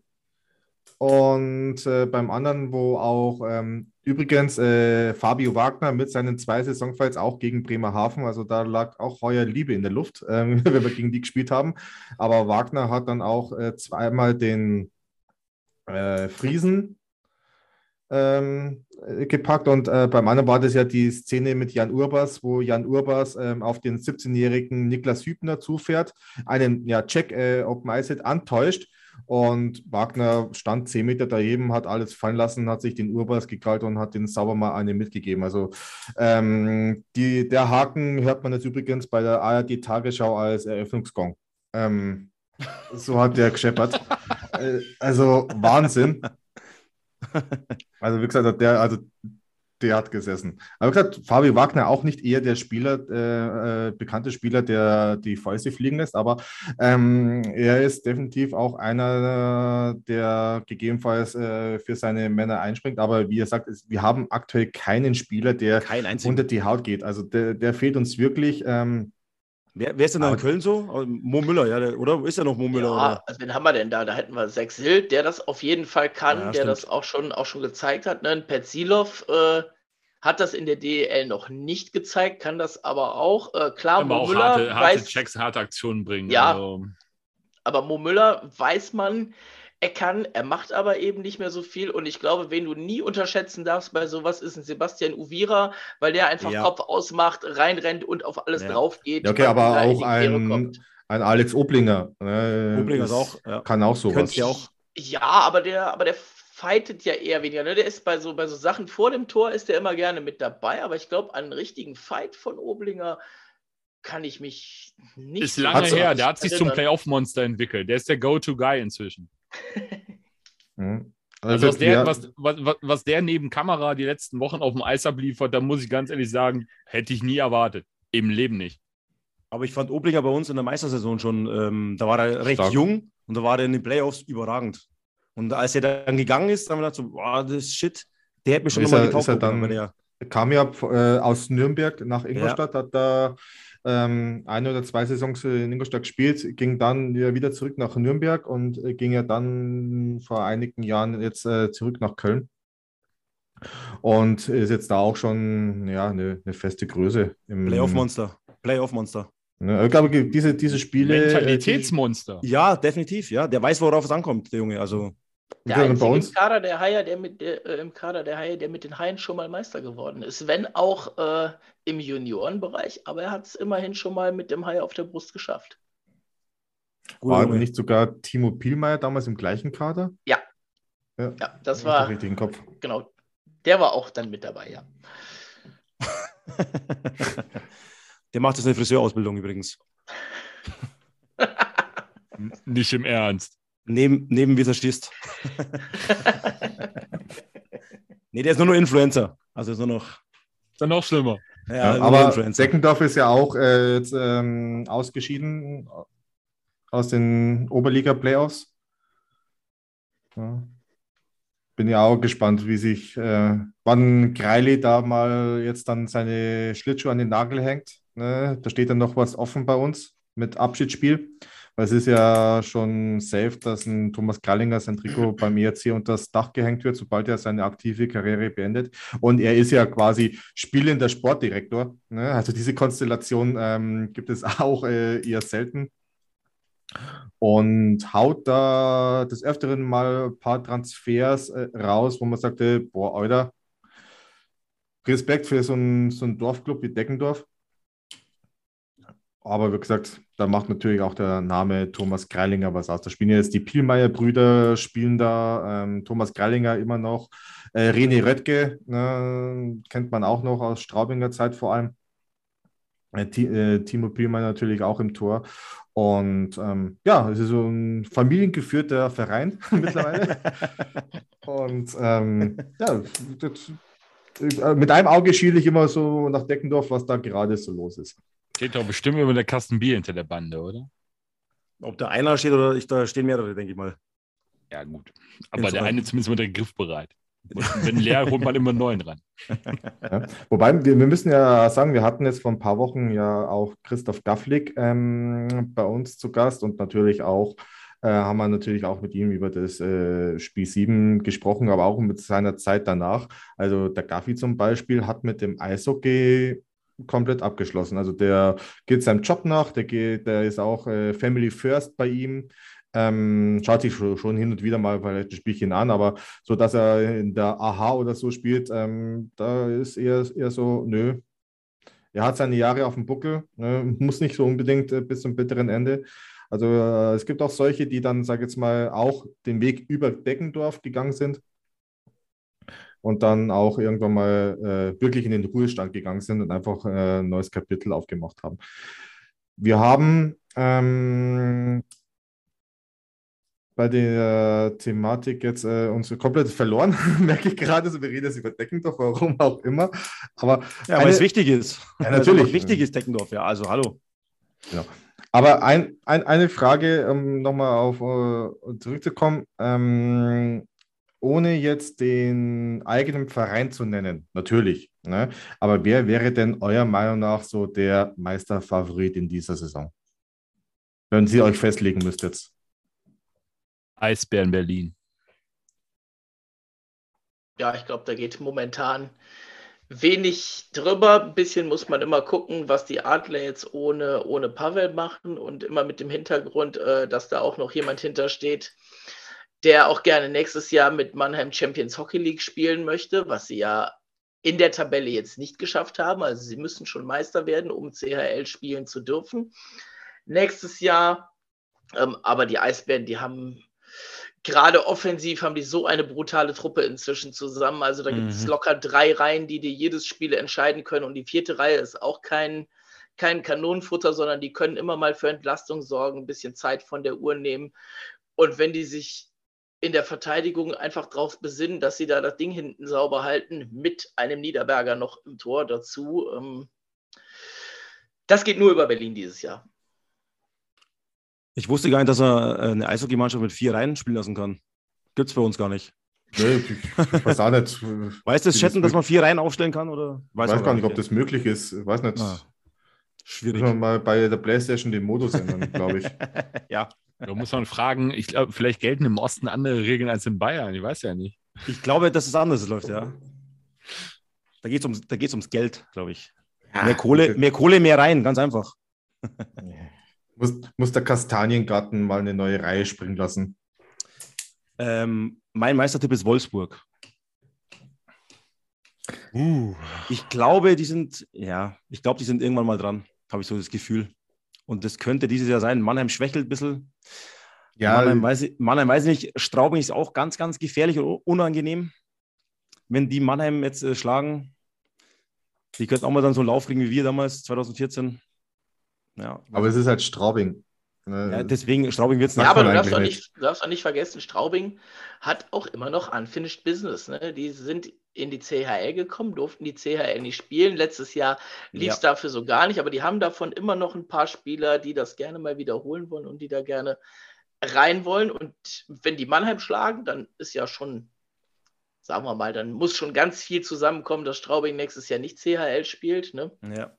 Speaker 2: Und äh, beim anderen, wo auch ähm, übrigens äh, Fabio Wagner mit seinen zwei Saisonfights auch gegen Bremerhaven, also da lag auch heuer Liebe in der Luft, ähm, wenn wir gegen die gespielt haben. Aber Wagner hat dann auch äh, zweimal den äh, Friesen ähm, äh, gepackt und äh, beim anderen war das ja die Szene mit Jan Urbas, wo Jan Urbas ähm, auf den siebzehnjährigen Niklas Hübner zufährt, einen ja, Check äh, Open Ice Hit antäuscht und Wagner stand zehn Meter daneben, hat alles fallen lassen, hat sich den Urbas gekrallt und hat den sauber mal eine mitgegeben. Also ähm, die, der Haken hört man jetzt übrigens bei der A R D Tagesschau als Eröffnungsgong. Ähm, so hat der gescheppert. äh, also Wahnsinn. Also wie gesagt, der, also der hat gesessen. Aber wie gesagt, Fabio Wagner auch nicht eher der Spieler, äh, äh, bekannte Spieler, der die Fäuste fliegen lässt, aber ähm, er ist definitiv auch einer, der gegebenenfalls äh, für seine Männer einspringt. Aber wie er sagt, ist, wir haben aktuell keinen Spieler, der
Speaker 3: Kein einziger.
Speaker 2: unter die Haut geht. Also der, der fehlt uns wirklich. Ähm,
Speaker 3: Wer, wer ist denn da in
Speaker 2: Aber-
Speaker 3: Köln so? Mo Müller, ja, der, oder? Ist ja noch Mo Müller,
Speaker 4: Ja,
Speaker 3: oder?
Speaker 4: also wen haben wir denn da? Da hätten wir Zach Silt, der das auf jeden Fall kann,
Speaker 3: Ja,
Speaker 4: der
Speaker 3: stimmt.
Speaker 4: das auch schon, auch schon gezeigt hat. Ne? Ein Petzilov äh, hat das in der D E L noch nicht gezeigt, kann das aber auch. Äh, klar,
Speaker 5: Aber
Speaker 4: Mo
Speaker 5: auch
Speaker 4: Müller
Speaker 5: harte, harte
Speaker 4: weiß,
Speaker 5: Checks, harte Aktionen bringen.
Speaker 4: Ja.
Speaker 5: Also,
Speaker 4: aber Mo Müller weiß man, Er kann, er macht aber eben nicht mehr so viel. Und ich glaube, wen du nie unterschätzen darfst bei sowas, ist ein Sebastian Uvira, weil der einfach
Speaker 3: Ja.
Speaker 4: Kopf ausmacht, reinrennt und auf alles
Speaker 3: Ja.
Speaker 4: drauf geht.
Speaker 2: Ja, okay, aber
Speaker 4: wieder in
Speaker 2: auch
Speaker 4: die Quere
Speaker 2: ein,
Speaker 4: kommt.
Speaker 2: ein Alex Oblinger. Ne,
Speaker 3: Oblinger
Speaker 2: ist,
Speaker 3: ist auch, ja.
Speaker 2: kann auch sowas.
Speaker 3: Könnt's ja auch.
Speaker 4: Ja, aber der, aber der fightet ja eher weniger. Ne? Der ist bei so, bei so Sachen vor dem Tor ist der immer gerne mit dabei, aber ich glaube, an einen richtigen Fight von Oblinger kann ich mich nicht
Speaker 5: Ist
Speaker 4: so
Speaker 5: lange
Speaker 2: Hat's-
Speaker 5: her, der hat sich zum
Speaker 4: erinnern.
Speaker 5: Playoff-Monster entwickelt. Der ist der Go-To-Guy inzwischen.
Speaker 2: Mhm.
Speaker 5: Also was der,
Speaker 2: ja,
Speaker 5: was, was, was der neben Kamera die letzten Wochen auf dem Eis abliefert, da muss ich ganz ehrlich sagen, hätte ich nie erwartet. Im Leben nicht.
Speaker 3: Aber ich fand Oblinger bei uns in der Meistersaison schon, ähm, da war er recht
Speaker 2: Stark.
Speaker 3: jung und da war er in den Playoffs überragend. Und als er dann gegangen ist, haben wir gedacht so, boah, das ist Shit, der hätte mich schon
Speaker 2: Ist
Speaker 3: nochmal
Speaker 2: er-
Speaker 3: getaugt.
Speaker 2: ist er
Speaker 3: Oblinger,
Speaker 2: dann-
Speaker 3: weil der,
Speaker 2: kam ja äh, aus Nürnberg nach Ingolstadt, hat da ähm, eine oder zwei Saisons in Ingolstadt gespielt, ging dann ja wieder zurück nach Nürnberg und äh, ging ja dann vor einigen Jahren jetzt äh, zurück nach Köln. Und ist jetzt da auch schon ja, eine, eine feste Größe. Im,
Speaker 3: Playoff-Monster. Playoff-Monster.
Speaker 2: Ne, ich glaube, diese, diese Spiele.
Speaker 5: Mentalitätsmonster.
Speaker 3: Ja, definitiv, ja. Der weiß, worauf es ankommt, der Junge. Also,
Speaker 2: äh,
Speaker 4: Der
Speaker 2: die-
Speaker 4: einzige
Speaker 2: bei
Speaker 4: im
Speaker 2: uns.
Speaker 4: Kader der Haie, der mit der, äh, im Kader der Haie, der mit den Haien schon mal Meister geworden ist. Wenn auch äh, im Juniorenbereich, aber er hat es immerhin schon mal mit dem Hai auf der Brust geschafft.
Speaker 3: guter
Speaker 2: War
Speaker 3: Junge.
Speaker 2: nicht sogar Timo Pielmeier damals im gleichen Kader?
Speaker 4: Ja.
Speaker 2: Ja,
Speaker 4: Ja, das
Speaker 2: hab ich
Speaker 4: war,
Speaker 2: doch richtig im Kopf.
Speaker 4: genau, der war auch dann mit dabei, ja.
Speaker 3: Der macht jetzt eine Friseurausbildung übrigens.
Speaker 5: Nicht im Ernst.
Speaker 3: Neben, neben Visagist. Nee, der ist nur noch Influencer. Also ist nur noch.
Speaker 5: Ist dann noch schlimmer.
Speaker 3: Ja,
Speaker 2: Ja,
Speaker 3: nur noch
Speaker 2: aber
Speaker 3: Influencer.
Speaker 2: Deckendorf ist ja auch äh, jetzt ähm, ausgeschieden aus den Oberliga-Playoffs. Ja. Bin ja auch gespannt, wie sich, äh, wann Greili da mal jetzt dann seine Schlittschuhe an den Nagel hängt. Ne? Da steht dann noch was offen bei uns mit Abschiedsspiel. Weil es ist ja schon safe, dass ein Thomas Greilinger sein Trikot beim E R C unter das Dach gehängt wird, sobald er seine aktive Karriere beendet. Und er ist ja quasi spielender Sportdirektor. Ne? Also diese Konstellation ähm, gibt es auch äh, eher selten. Und haut da des Öfteren mal ein paar Transfers äh, raus, wo man sagte, boah, Alter, Respekt für so einen so einen Dorfclub wie Deckendorf. Aber wie gesagt, da macht natürlich auch der Name Thomas Greilinger was aus. Da spielen jetzt die Pielmeier-Brüder, spielen da ähm, Thomas Greilinger immer noch. Äh, René Röttge, ne, kennt man auch noch aus Straubinger Zeit vor allem. Äh, Ti- äh, Timo Pielmeier natürlich auch im Tor. Und ähm, ja, es ist so ein familiengeführter Verein mittlerweile. Und ähm, ja, das, äh, mit einem Auge schiele ich immer so nach Deckendorf, was da gerade so los ist.
Speaker 5: Steht doch bestimmt immer der Kasten Bier hinter der Bande, oder?
Speaker 3: Ob da einer steht oder ich, da stehen mehrere, denke ich mal.
Speaker 5: Ja, gut. Aber
Speaker 3: Ins
Speaker 5: der
Speaker 3: Rein.
Speaker 5: eine zumindest mit der Griff bereit. Und wenn leer, holt man immer einen neuen ran.
Speaker 2: Ja. Wobei, wir, wir müssen ja sagen, wir hatten jetzt vor ein paar Wochen ja auch Christoph Gaflik ähm, bei uns zu Gast und natürlich auch, äh, haben wir natürlich auch mit ihm über das äh, Spiel sieben gesprochen, aber auch mit seiner Zeit danach. Also der Gaffi zum Beispiel hat mit dem Eishockey komplett abgeschlossen. Also der geht seinem Job nach, der, geht, der ist auch äh, Family First bei ihm. Ähm, schaut sich schon, schon hin und wieder mal vielleicht ein Spielchen an, aber so, dass er in der A H oder so spielt, ähm, da ist eher, eher so, nö. Er hat seine Jahre auf dem Buckel, ne, muss nicht so unbedingt äh, bis zum bitteren Ende. Also äh, es gibt auch solche, die dann, sage ich jetzt mal, auch den Weg über Deckendorf gegangen sind und dann auch irgendwann mal äh, wirklich in den Ruhestand gegangen sind und einfach äh, ein neues Kapitel aufgemacht haben. Wir haben ähm, bei der Thematik jetzt äh, uns komplett verloren, merke ich gerade. So, wir reden jetzt über Deckendorf, warum auch immer. Aber
Speaker 3: Ja, weil
Speaker 2: eine-
Speaker 3: es wichtig ist.
Speaker 2: Ja,
Speaker 3: Weil es
Speaker 2: natürlich.
Speaker 3: einfach wichtig ist, Deckendorf, ja. Also, hallo.
Speaker 2: Aber ein, ein, eine Frage, um nochmal auf äh, zurückzukommen, ähm, ohne jetzt den eigenen Verein zu nennen, natürlich. Ne? Aber wer wäre denn eurer Meinung nach so der Meisterfavorit in dieser Saison? Wenn Sie euch festlegen müsst jetzt.
Speaker 5: Eisbären Berlin.
Speaker 4: Ja, ich glaube, da geht momentan wenig drüber. Ein bisschen muss man immer gucken, was die Adler jetzt ohne, ohne Pavel machen und immer mit dem Hintergrund, äh, dass da auch noch jemand hintersteht, der auch gerne nächstes Jahr mit Mannheim Champions Hockey League spielen möchte, was sie ja in der Tabelle jetzt nicht geschafft haben. Also sie müssen schon Meister werden, um C H L spielen zu dürfen. Nächstes Jahr, ähm, aber die Eisbären, die haben gerade offensiv haben die so eine brutale Truppe inzwischen zusammen. Also da gibt es
Speaker 3: Mhm.
Speaker 4: locker drei Reihen, die dir jedes Spiel entscheiden können. Und die vierte Reihe ist auch kein, kein Kanonenfutter, sondern die können immer mal für Entlastung sorgen, ein bisschen Zeit von der Uhr nehmen. Und wenn die sich in der Verteidigung einfach drauf besinnen, dass sie da das Ding hinten sauber halten, mit einem Niederberger noch im Tor dazu, ähm, das geht nur über Berlin dieses Jahr.
Speaker 3: Ich wusste gar nicht, dass er äh, eine Eishockeymannschaft mit vier Reihen spielen lassen kann. Gibt's bei uns gar nicht.
Speaker 2: Nee, ich, ich weiß auch nicht.
Speaker 3: Weißt du das,
Speaker 2: wie
Speaker 3: Chatten, dass
Speaker 2: möglich-
Speaker 3: man vier Reihen aufstellen kann? Oder?
Speaker 2: Ich weiß
Speaker 3: man
Speaker 2: gar nicht, ob
Speaker 3: ja.
Speaker 2: das möglich ist. Ich weiß nicht.
Speaker 3: Ah, schwierig.
Speaker 2: Müssen wir mal bei der PlayStation den Modus ändern, glaube ich.
Speaker 3: Ja,
Speaker 5: Da muss man fragen, ich glaube, vielleicht gelten im Osten andere Regeln als in Bayern. Ich weiß ja nicht.
Speaker 3: ich glaube, dass es anders läuft, ja. Da geht es ums, da geht's ums Geld, glaube ich. Mehr Kohle,
Speaker 2: okay.
Speaker 3: mehr Kohle, mehr rein, ganz einfach.
Speaker 2: Muss, muss der Kastaniengarten mal eine neue Reihe springen lassen.
Speaker 3: Ähm, mein Meistertipp ist Wolfsburg.
Speaker 5: Uh.
Speaker 3: Ich glaube, die sind, ja, ich glaube, die sind irgendwann mal dran, habe ich so das Gefühl. Und das könnte dieses Jahr sein. Mannheim schwächelt ein bisschen.
Speaker 2: Ja,
Speaker 3: Mannheim, weiß ich, Mannheim weiß ich nicht. Straubing ist auch ganz, ganz gefährlich und unangenehm. Wenn die Mannheim jetzt äh, schlagen, die könnten auch mal dann so einen Lauf kriegen wie wir damals, zwanzig vierzehn. Ja,
Speaker 2: aber es ist halt Straubing. Ne?
Speaker 3: ja, deswegen, Straubing wird es
Speaker 4: Ja,
Speaker 2: Sagt
Speaker 4: aber
Speaker 2: man
Speaker 4: du darfst, auch
Speaker 2: eigentlich
Speaker 4: nicht, du darfst auch nicht vergessen, Straubing hat auch immer noch Unfinished Business. Ne? Die sind in die C H L gekommen, durften die C H L nicht spielen. Letztes Jahr lief es
Speaker 3: Ja.
Speaker 4: dafür so gar nicht, aber die haben davon immer noch ein paar Spieler, die das gerne mal wiederholen wollen und die da gerne rein wollen. Und wenn die Mannheim schlagen, dann ist ja schon, sagen wir mal, dann muss schon ganz viel zusammenkommen, dass Straubing nächstes Jahr nicht C H L spielt. Ne?
Speaker 3: Ja.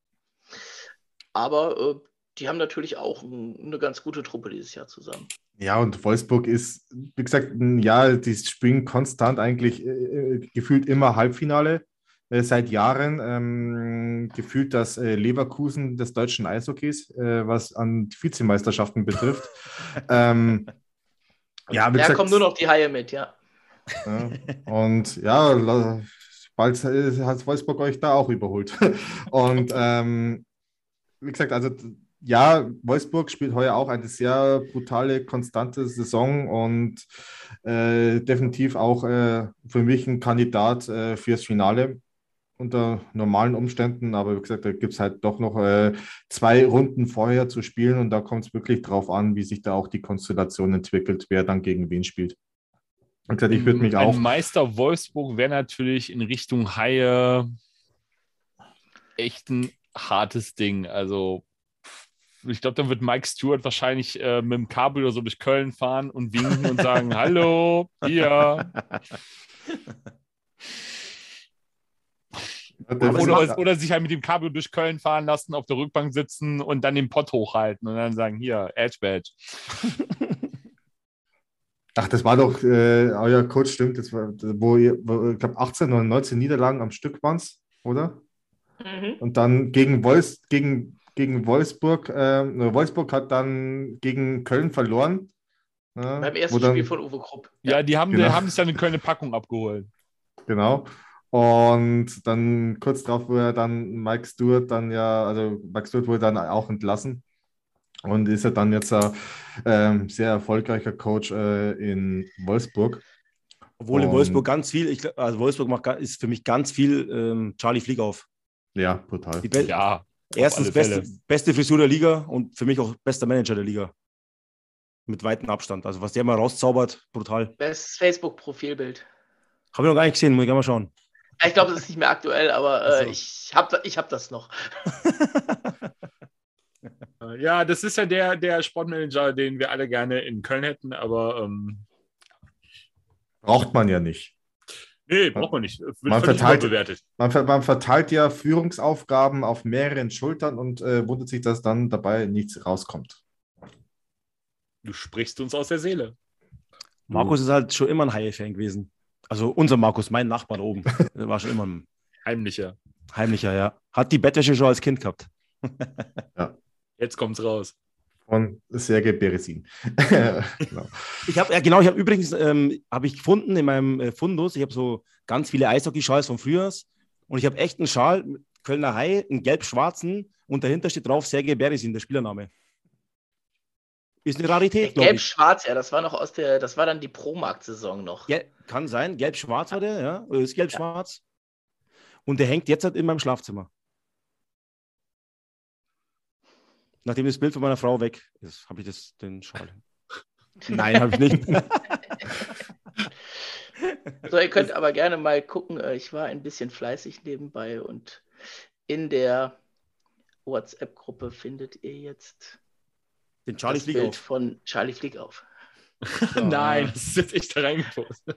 Speaker 4: Aber äh, die haben natürlich auch ein, eine ganz gute Truppe dieses Jahr zusammen.
Speaker 2: Ja, und Wolfsburg ist, wie gesagt, ja, die spielen konstant eigentlich äh, gefühlt immer Halbfinale äh, seit Jahren. Ähm, gefühlt das äh, Leverkusen des deutschen Eishockeys, äh, was an Vizemeisterschaften betrifft. ähm, ja, wie
Speaker 4: Da
Speaker 2: gesagt,
Speaker 4: kommen nur noch die Haie mit, ja.
Speaker 2: ja, und ja, la- bald äh, hat Wolfsburg euch da auch überholt. Und ähm, wie gesagt, also ja, Wolfsburg spielt heuer auch eine sehr brutale, konstante Saison und äh, definitiv auch äh, für mich ein Kandidat äh, fürs Finale unter normalen Umständen. Aber wie gesagt, da gibt es halt doch noch äh, zwei Runden vorher zu spielen und da kommt es wirklich drauf an, wie sich da auch die Konstellation entwickelt, wer dann gegen wen spielt. Wie gesagt, ich würde mich auch.
Speaker 5: Ein Meister Wolfsburg wäre natürlich in Richtung Haie echt ein hartes Ding. Also ich glaube, dann wird Mike Stewart wahrscheinlich äh, mit dem Cabrio so durch Köln fahren und winken und sagen, hallo, hier. Oder, oder sich halt mit dem Cabrio durch Köln fahren lassen, auf der Rückbank sitzen und dann den Pott hochhalten und dann sagen, hier, Edge Badge.
Speaker 2: Ach, das war doch, äh, euer Coach, stimmt, das war, wo ihr, wo, ich glaube, achtzehn oder neunzehn Niederlagen am Stück waren es, oder?
Speaker 4: Mhm.
Speaker 2: Und dann gegen, Wolfs, gegen, gegen Wolfsburg, äh, Wolfsburg hat dann gegen Köln verloren. Äh,
Speaker 4: Beim ersten
Speaker 2: wo dann,
Speaker 4: Spiel von Uwe Krupp.
Speaker 5: Ja, die haben,
Speaker 2: Genau.
Speaker 5: die haben sich dann in Köln eine Packung abgeholt.
Speaker 2: Genau. Und dann kurz darauf wurde dann Mike Stewart dann ja, also Mike Stewart wurde dann auch entlassen und ist ja dann jetzt ein äh, sehr erfolgreicher Coach äh, in Wolfsburg.
Speaker 3: Obwohl in
Speaker 2: Und-
Speaker 3: Wolfsburg ganz viel, ich, glaub, also Wolfsburg macht, ga- ist für mich ganz viel ähm, Charlie Flieghoff.
Speaker 2: Ja, brutal.
Speaker 3: Die Be
Speaker 5: Ja,
Speaker 3: Erstens
Speaker 5: alle Fälle.
Speaker 3: beste, beste Frisur der Liga und für mich auch bester Manager der Liga. Mit weitem Abstand. Also was der mal rauszaubert, brutal.
Speaker 4: Bestes Facebook-Profilbild.
Speaker 3: Habe ich noch gar nicht gesehen, muss ich gerne mal schauen.
Speaker 4: Ich glaube, das ist nicht mehr aktuell, aber äh,
Speaker 3: Ach so.
Speaker 4: ich habe ich hab das noch.
Speaker 5: Ja, das ist ja der, der Sportmanager, den wir alle gerne in Köln hätten, aber ähm,
Speaker 2: Braucht man ja nicht.
Speaker 5: nee, braucht man nicht. Wird
Speaker 2: Man
Speaker 5: völlig
Speaker 2: verteilt-
Speaker 5: überbewertet.
Speaker 2: Man, ver man verteilt ja Führungsaufgaben auf mehreren Schultern und äh, wundert sich, dass dann dabei nichts rauskommt.
Speaker 5: Du sprichst uns aus der Seele.
Speaker 3: Markus ist halt schon immer ein Haie-Fan gewesen. Also unser Markus, mein Nachbar da oben. Der war schon immer ein
Speaker 5: Heimlicher.
Speaker 3: heimlicher, ja. Hat die Bettwäsche schon als Kind gehabt.
Speaker 5: Jetzt kommt's raus.
Speaker 2: Von Sergej Beresin. Genau.
Speaker 3: Ich habe ja genau, ich habe übrigens ähm, habe ich gefunden in meinem äh, Fundus, ich habe so ganz viele Eishockey-Schals von Frühjahrs und ich habe echt einen Schal, Kölner Hai, einen gelb-schwarzen und dahinter steht drauf Sergej Beresin, der Spielername. Ist eine Rarität, glaube ich.
Speaker 4: Gelb-Schwarz, ja, das war noch aus der, das war dann die Pro-Markt-Saison noch.
Speaker 3: Gel- kann sein, gelb-schwarz war der, ja, oder ist gelb-schwarz. Und der hängt jetzt halt in meinem Schlafzimmer. Nachdem das Bild von meiner Frau weg ist, habe ich das, den Schal. Nein, habe ich nicht.
Speaker 4: So, ihr könnt aber gerne mal gucken. äh, Ich war ein bisschen fleißig nebenbei und in der WhatsApp-Gruppe findet ihr jetzt
Speaker 3: Den Charlie
Speaker 4: das
Speaker 3: Flieg
Speaker 4: Bild
Speaker 3: auf.
Speaker 4: von Charlie Flieg auf.
Speaker 5: Nein, das ist jetzt echt da reingepostet.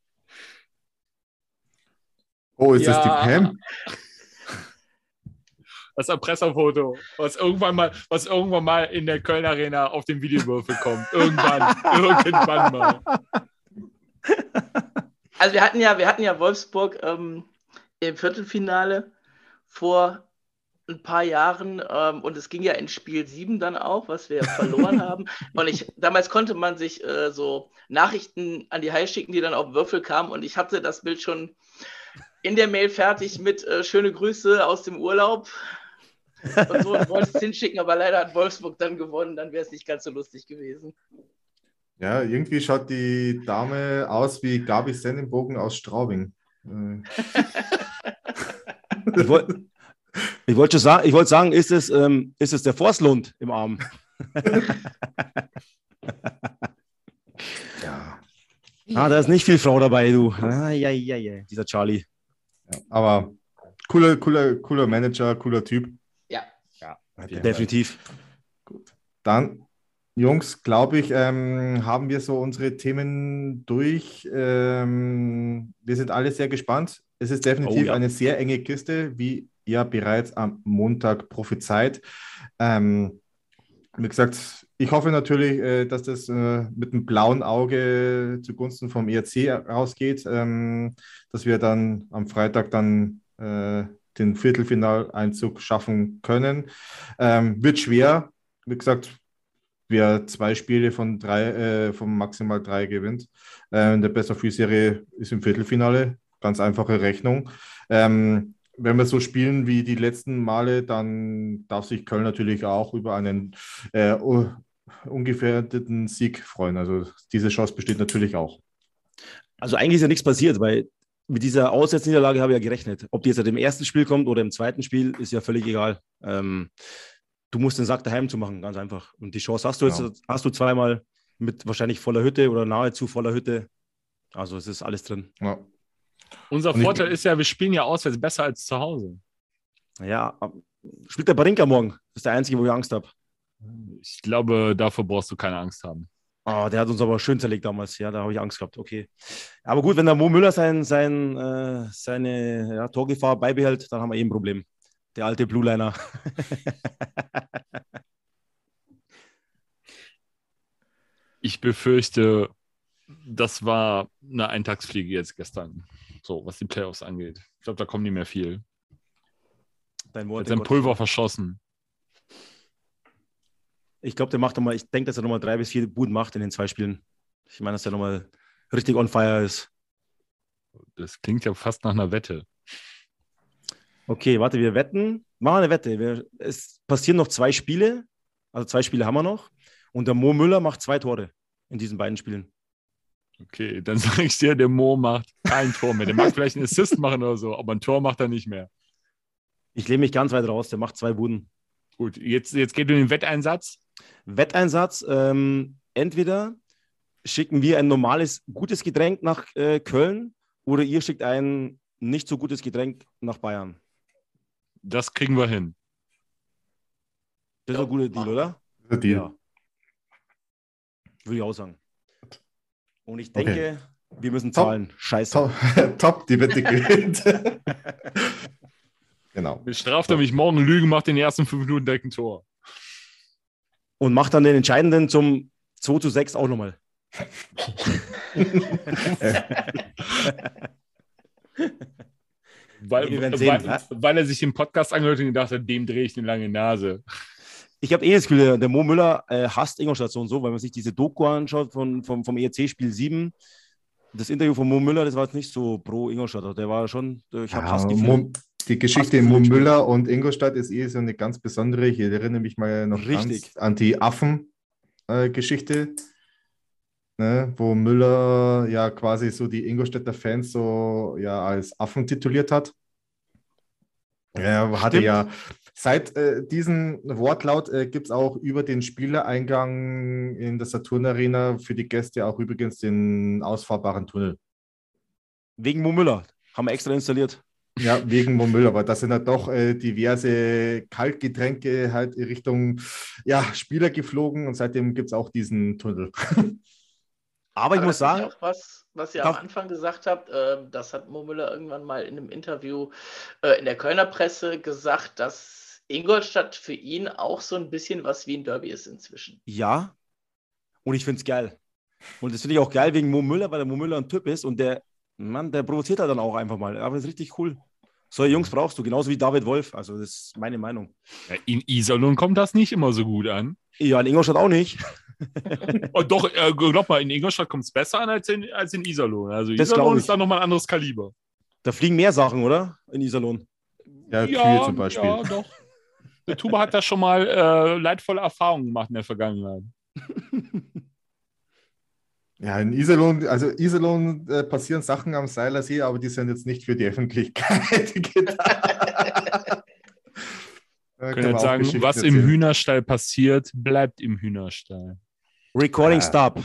Speaker 2: Oh, ist
Speaker 5: Ja.
Speaker 2: das die Pam?
Speaker 5: Das ist ein Pressefoto, was irgendwann mal, was irgendwann mal in der Köln Arena auf den Videowürfel kommt. Irgendwann, irgendwann mal.
Speaker 4: Also wir hatten ja, wir hatten ja Wolfsburg ähm, im Viertelfinale vor ein paar Jahren ähm, und es ging ja in Spiel sieben dann auch, was wir verloren haben. Und ich, damals konnte man sich äh, so Nachrichten an die Hai schicken, die dann auf Würfel kamen und ich hatte das Bild schon in der Mail fertig mit äh, schöne Grüße aus dem Urlaub und so und wollte es hinschicken, aber leider hat Wolfsburg dann gewonnen, dann wäre es nicht ganz so lustig gewesen.
Speaker 2: Ja, irgendwie schaut die Dame aus wie Gabi Sennenbogen aus Straubing. Äh,
Speaker 3: Ich wollte ich wollt schon sagen, ich wollt sagen, ist es, ähm, ist es der Forslund im Arm?
Speaker 2: ja.
Speaker 3: Ah, da ist nicht viel Frau dabei, du. Ah, ja, ja, ja. Dieser Charlie.
Speaker 2: Ja, aber cooler, cooler, cooler Manager, cooler Typ.
Speaker 4: Ja.
Speaker 2: Ja,
Speaker 3: Definitiv.
Speaker 2: Gut. Dann, Jungs, glaube ich, ähm, haben wir so unsere Themen durch. Ähm, wir sind alle sehr gespannt. Es ist definitiv
Speaker 3: Oh, ja.
Speaker 2: eine sehr enge Kiste, wie ja bereits am Montag prophezeit. Ähm, wie gesagt, ich hoffe natürlich, äh, dass das äh, mit einem blauen Auge zugunsten vom E R C rausgeht, ähm, dass wir dann am Freitag dann äh, den Viertelfinaleinzug schaffen können. Ähm, wird schwer. Wie gesagt, wer zwei Spiele von drei, äh, von maximal drei gewinnt. Äh, in der Best-of-Three-Serie ist im Viertelfinale. Ganz einfache Rechnung. Ähm, wenn wir so spielen wie die letzten Male, dann darf sich Köln natürlich auch über einen äh, ungefährdeten Sieg freuen. Also diese Chance besteht natürlich auch.
Speaker 3: Also eigentlich ist ja nichts passiert, weil mit dieser Auswärtsniederlage habe ich ja gerechnet. Ob die jetzt im ersten Spiel kommt oder im zweiten Spiel, ist ja völlig egal. Ähm, du musst den Sack daheim zu machen, ganz einfach. Und die Chance hast du jetzt,
Speaker 2: Genau.
Speaker 3: hast du zweimal mit wahrscheinlich voller Hütte oder nahezu voller Hütte. Also es ist alles drin.
Speaker 2: Ja.
Speaker 5: Unser
Speaker 2: Und ich-
Speaker 5: Vorteil ist ja, wir spielen ja auswärts besser als zu Hause.
Speaker 3: Ja, spielt der Barinka morgen. Das ist der einzige, wo ich Angst habe.
Speaker 5: Ich glaube, davor brauchst du keine Angst haben.
Speaker 3: Oh, der hat uns aber schön zerlegt damals. Ja, da habe ich Angst gehabt. Okay. Aber gut, wenn der Mo Müller sein, sein, äh, seine ja, Torgefahr beibehält, dann haben wir eh ein Problem. Der alte Blue Liner.
Speaker 5: Ich befürchte, das war eine Eintagsfliege jetzt gestern. So, was die Playoffs angeht. Ich glaube, da kommen nicht mehr viel.
Speaker 3: Dein
Speaker 5: Er
Speaker 3: Wort
Speaker 5: hat sein
Speaker 3: Gott.
Speaker 5: Pulver verschossen.
Speaker 3: Ich glaube, der macht nochmal, ich denke, dass er nochmal drei bis vier Buden macht in den zwei Spielen. Ich meine, dass er nochmal richtig on fire ist.
Speaker 5: Das klingt ja fast nach einer Wette.
Speaker 3: Okay, warte, wir wetten. Machen wir eine Wette. Wir, es passieren noch zwei Spiele. Also zwei Spiele haben wir noch. Und der Mo Müller macht zwei Tore in diesen beiden Spielen.
Speaker 5: Okay, dann sage ich dir, der Mo macht kein Tor mehr. Der mag vielleicht einen Assist machen oder so, aber ein Tor macht er nicht mehr.
Speaker 3: Ich lehne mich ganz weit raus. Der macht zwei Buden.
Speaker 5: Gut, jetzt, jetzt geht um den Wetteinsatz.
Speaker 3: Wetteinsatz. Ähm, entweder schicken wir ein normales, gutes Getränk nach äh, Köln oder ihr schickt ein nicht so gutes Getränk nach Bayern.
Speaker 5: Das kriegen wir hin.
Speaker 3: Das ist ein guter Deal, oder?
Speaker 2: Der Deal.
Speaker 3: Ja. Würde ich auch sagen. Und ich denke, wir müssen zahlen. Scheiße.
Speaker 2: Top, top, die Wette gewinnt. Genau.
Speaker 5: Bestraft er mich morgen Lügen, macht in den ersten fünf Minuten direkt ein Tor.
Speaker 3: Und macht dann den Entscheidenden zum zwei zu sechs auch nochmal.
Speaker 5: Weil,
Speaker 3: Wir werden sehen,
Speaker 5: weil,
Speaker 3: ja?
Speaker 5: weil er sich den Podcast angehört und gedacht hat, dem drehe ich eine lange Nase.
Speaker 3: Ich habe eh das Gefühl, der, der Mo Müller äh, hasst Ingolstadt so und so, weil man sich diese Doku anschaut von, vom, vom E R C-Spiel sieben. Das Interview von Mo Müller, das war jetzt nicht so pro Ingolstadt. Der war schon, ich habe
Speaker 2: Ja,
Speaker 3: Hassgefühle.
Speaker 2: Mo, die Geschichte
Speaker 3: Hassgefühle
Speaker 2: Mo
Speaker 3: im Spiel.
Speaker 2: Müller und Ingolstadt ist eh so eine ganz besondere. Ich erinnere mich mal noch
Speaker 3: Richtig.
Speaker 2: ganz an die Affen-Geschichte, ne, wo Müller ja quasi so die Ingolstädter Fans so ja als Affen tituliert hat. Er hatte
Speaker 3: Stimmt.
Speaker 2: ja seit äh, diesem Wortlaut äh, gibt es auch über den Spielereingang in der Saturn Arena für die Gäste auch übrigens den ausfahrbaren Tunnel.
Speaker 3: Wegen Mo Müller. Haben wir extra installiert.
Speaker 2: Ja, wegen Mo Müller, aber da sind halt doch äh, diverse Kaltgetränke halt in Richtung ja, Spieler geflogen und seitdem gibt es auch diesen Tunnel.
Speaker 3: Aber ich
Speaker 4: Aber
Speaker 3: muss
Speaker 4: das ist
Speaker 3: sagen,
Speaker 4: auch was, was ihr
Speaker 3: Darf-
Speaker 4: am Anfang gesagt habt, äh, das hat Mo Müller irgendwann mal in einem Interview äh, in der Kölner Presse gesagt, dass Ingolstadt für ihn auch so ein bisschen was wie ein Derby ist inzwischen.
Speaker 3: ja. Und ich finde es geil. Und das finde ich auch geil wegen Mo Müller, weil der Mo Müller ein Typ ist und der, Mann, der provoziert halt dann auch einfach mal. Aber das ist richtig cool. Solche Jungs brauchst du, genauso wie David Wolf. Also das ist meine Meinung.
Speaker 5: Ja, in Iserlohn kommt das nicht immer so gut an.
Speaker 3: Ja, in Ingolstadt auch nicht.
Speaker 5: Oh, doch, äh, glaub mal, in Ingolstadt kommt es besser an als in, als in Iserlohn. Also
Speaker 3: Das
Speaker 5: Iserlohn
Speaker 3: glaub
Speaker 5: ist
Speaker 3: ich.
Speaker 5: da nochmal ein anderes Kaliber.
Speaker 3: Da fliegen mehr Sachen, oder? In Iserlohn.
Speaker 2: Ja, Kühe zum Beispiel.
Speaker 5: Ja, doch. Der Tuba hat da schon mal äh, leidvolle Erfahrungen gemacht in der Vergangenheit.
Speaker 2: Ja, in Iserlohn, also Iserlohn äh, passieren Sachen am Seilersee, aber die sind jetzt nicht für die Öffentlichkeit gedacht. Da
Speaker 5: Ich
Speaker 2: können
Speaker 5: kann
Speaker 2: wir
Speaker 5: jetzt
Speaker 2: auch
Speaker 5: sagen,
Speaker 2: Geschichten
Speaker 5: was im
Speaker 2: erzählen.
Speaker 5: Hühnerstall passiert, bleibt im Hühnerstall.
Speaker 3: Recording
Speaker 2: Ah.
Speaker 3: stop.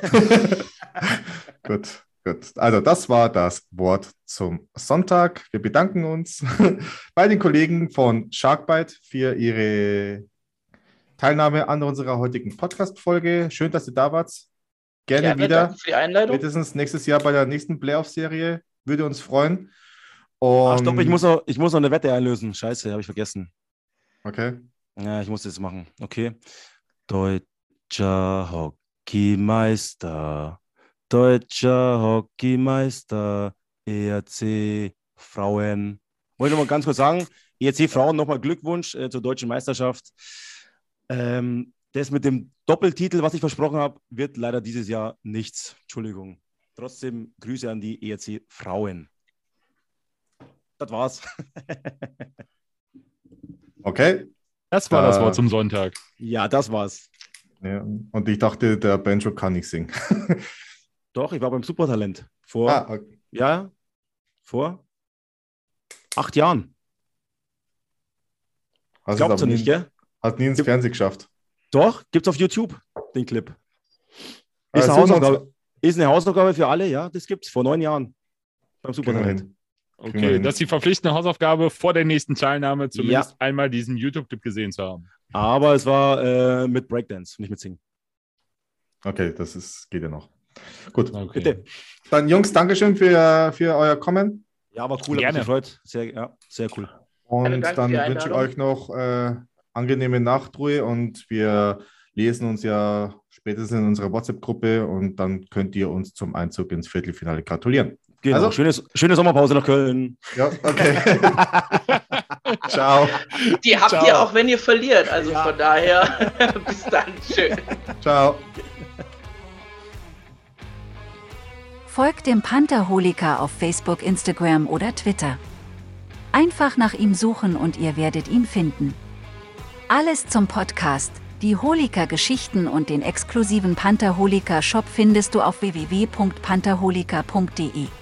Speaker 2: Gut, gut. Also das war das Wort zum Sonntag. Wir bedanken uns bei den Kollegen von Sharkbite für ihre Teilnahme an unserer heutigen Podcast-Folge. Schön, dass ihr da wart. Gerne,
Speaker 4: Gerne,
Speaker 2: wieder.
Speaker 4: danke für die Einladung.
Speaker 2: Spätestens nächstes Jahr bei der nächsten Playoff-Serie. Würde uns freuen.
Speaker 3: Ah,
Speaker 2: Und,
Speaker 3: stopp, ich muss, noch, ich muss noch eine Wette einlösen. Scheiße, habe ich vergessen.
Speaker 2: Okay.
Speaker 3: Ja, ich muss das machen. Okay. Deutscher Hockeymeister. Deutscher Hockeymeister. E R C Frauen. Wollte ich noch mal ganz kurz sagen, E R C Frauen nochmal Glückwunsch äh, zur deutschen Meisterschaft. Ähm, das mit dem Doppeltitel, was ich versprochen habe, wird leider dieses Jahr nichts. Entschuldigung. Trotzdem Grüße an die E R C Frauen. Das war's.
Speaker 2: Okay.
Speaker 5: Das war
Speaker 2: Da-
Speaker 5: das Wort zum Sonntag.
Speaker 3: Ja, das war's.
Speaker 2: Ja. Und ich dachte, der Banjo kann nicht singen.
Speaker 3: Doch, ich war beim Supertalent. Vor,
Speaker 2: ah, okay.
Speaker 3: ja, vor acht Jahren.
Speaker 2: Hast
Speaker 3: Glaubt
Speaker 2: es
Speaker 3: ihr
Speaker 2: aber
Speaker 3: nicht,
Speaker 2: nie,
Speaker 3: gell?
Speaker 2: Hat nie ins
Speaker 3: Gibt-
Speaker 2: Fernsehen geschafft.
Speaker 3: Doch, gibt's auf YouTube, den Clip.
Speaker 2: Ah,
Speaker 3: Ist eine,
Speaker 2: so
Speaker 3: Hausaufgabe, ist eine Hausaufgabe für alle, ja, das gibt's vor neun Jahren beim Supertalent.
Speaker 5: Okay,
Speaker 2: Kriegen wir hin.
Speaker 5: das ist die verpflichtende Hausaufgabe vor der nächsten Teilnahme, zumindest einmal diesen YouTube-Clip gesehen zu haben.
Speaker 3: Aber es war äh, mit Breakdance, nicht mit Singen.
Speaker 2: Okay, das ist, geht ja noch. Gut.
Speaker 5: Okay.
Speaker 3: Bitte.
Speaker 2: Dann Jungs, Dankeschön für, für euer Kommen.
Speaker 3: Ja, war cool, hat
Speaker 5: Gerne.
Speaker 3: mich gefreut. Sehr, ja, sehr cool.
Speaker 2: Und
Speaker 4: Danke für
Speaker 2: dann
Speaker 4: die
Speaker 2: wünsche ich
Speaker 4: Einladung.
Speaker 2: euch noch äh, angenehme Nachtruhe und wir lesen uns ja spätestens in unserer WhatsApp-Gruppe und dann könnt ihr uns zum Einzug ins Viertelfinale gratulieren.
Speaker 3: Genau,
Speaker 2: Also-
Speaker 3: schöne, schöne Sommerpause nach Köln.
Speaker 2: Ja, okay. Ciao.
Speaker 4: Die habt
Speaker 3: Ciao.
Speaker 4: ihr auch, wenn ihr verliert. Also
Speaker 3: Ja.
Speaker 4: von daher, bis dann. Schön.
Speaker 2: Ciao.
Speaker 6: Folgt dem Pantherholiker auf Facebook, Instagram oder Twitter. Einfach nach ihm suchen und ihr werdet ihn finden. Alles zum Podcast, die Holiker-Geschichten und den exklusiven Pantherholiker-Shop findest du auf w w w punkt pantherholiker punkt de.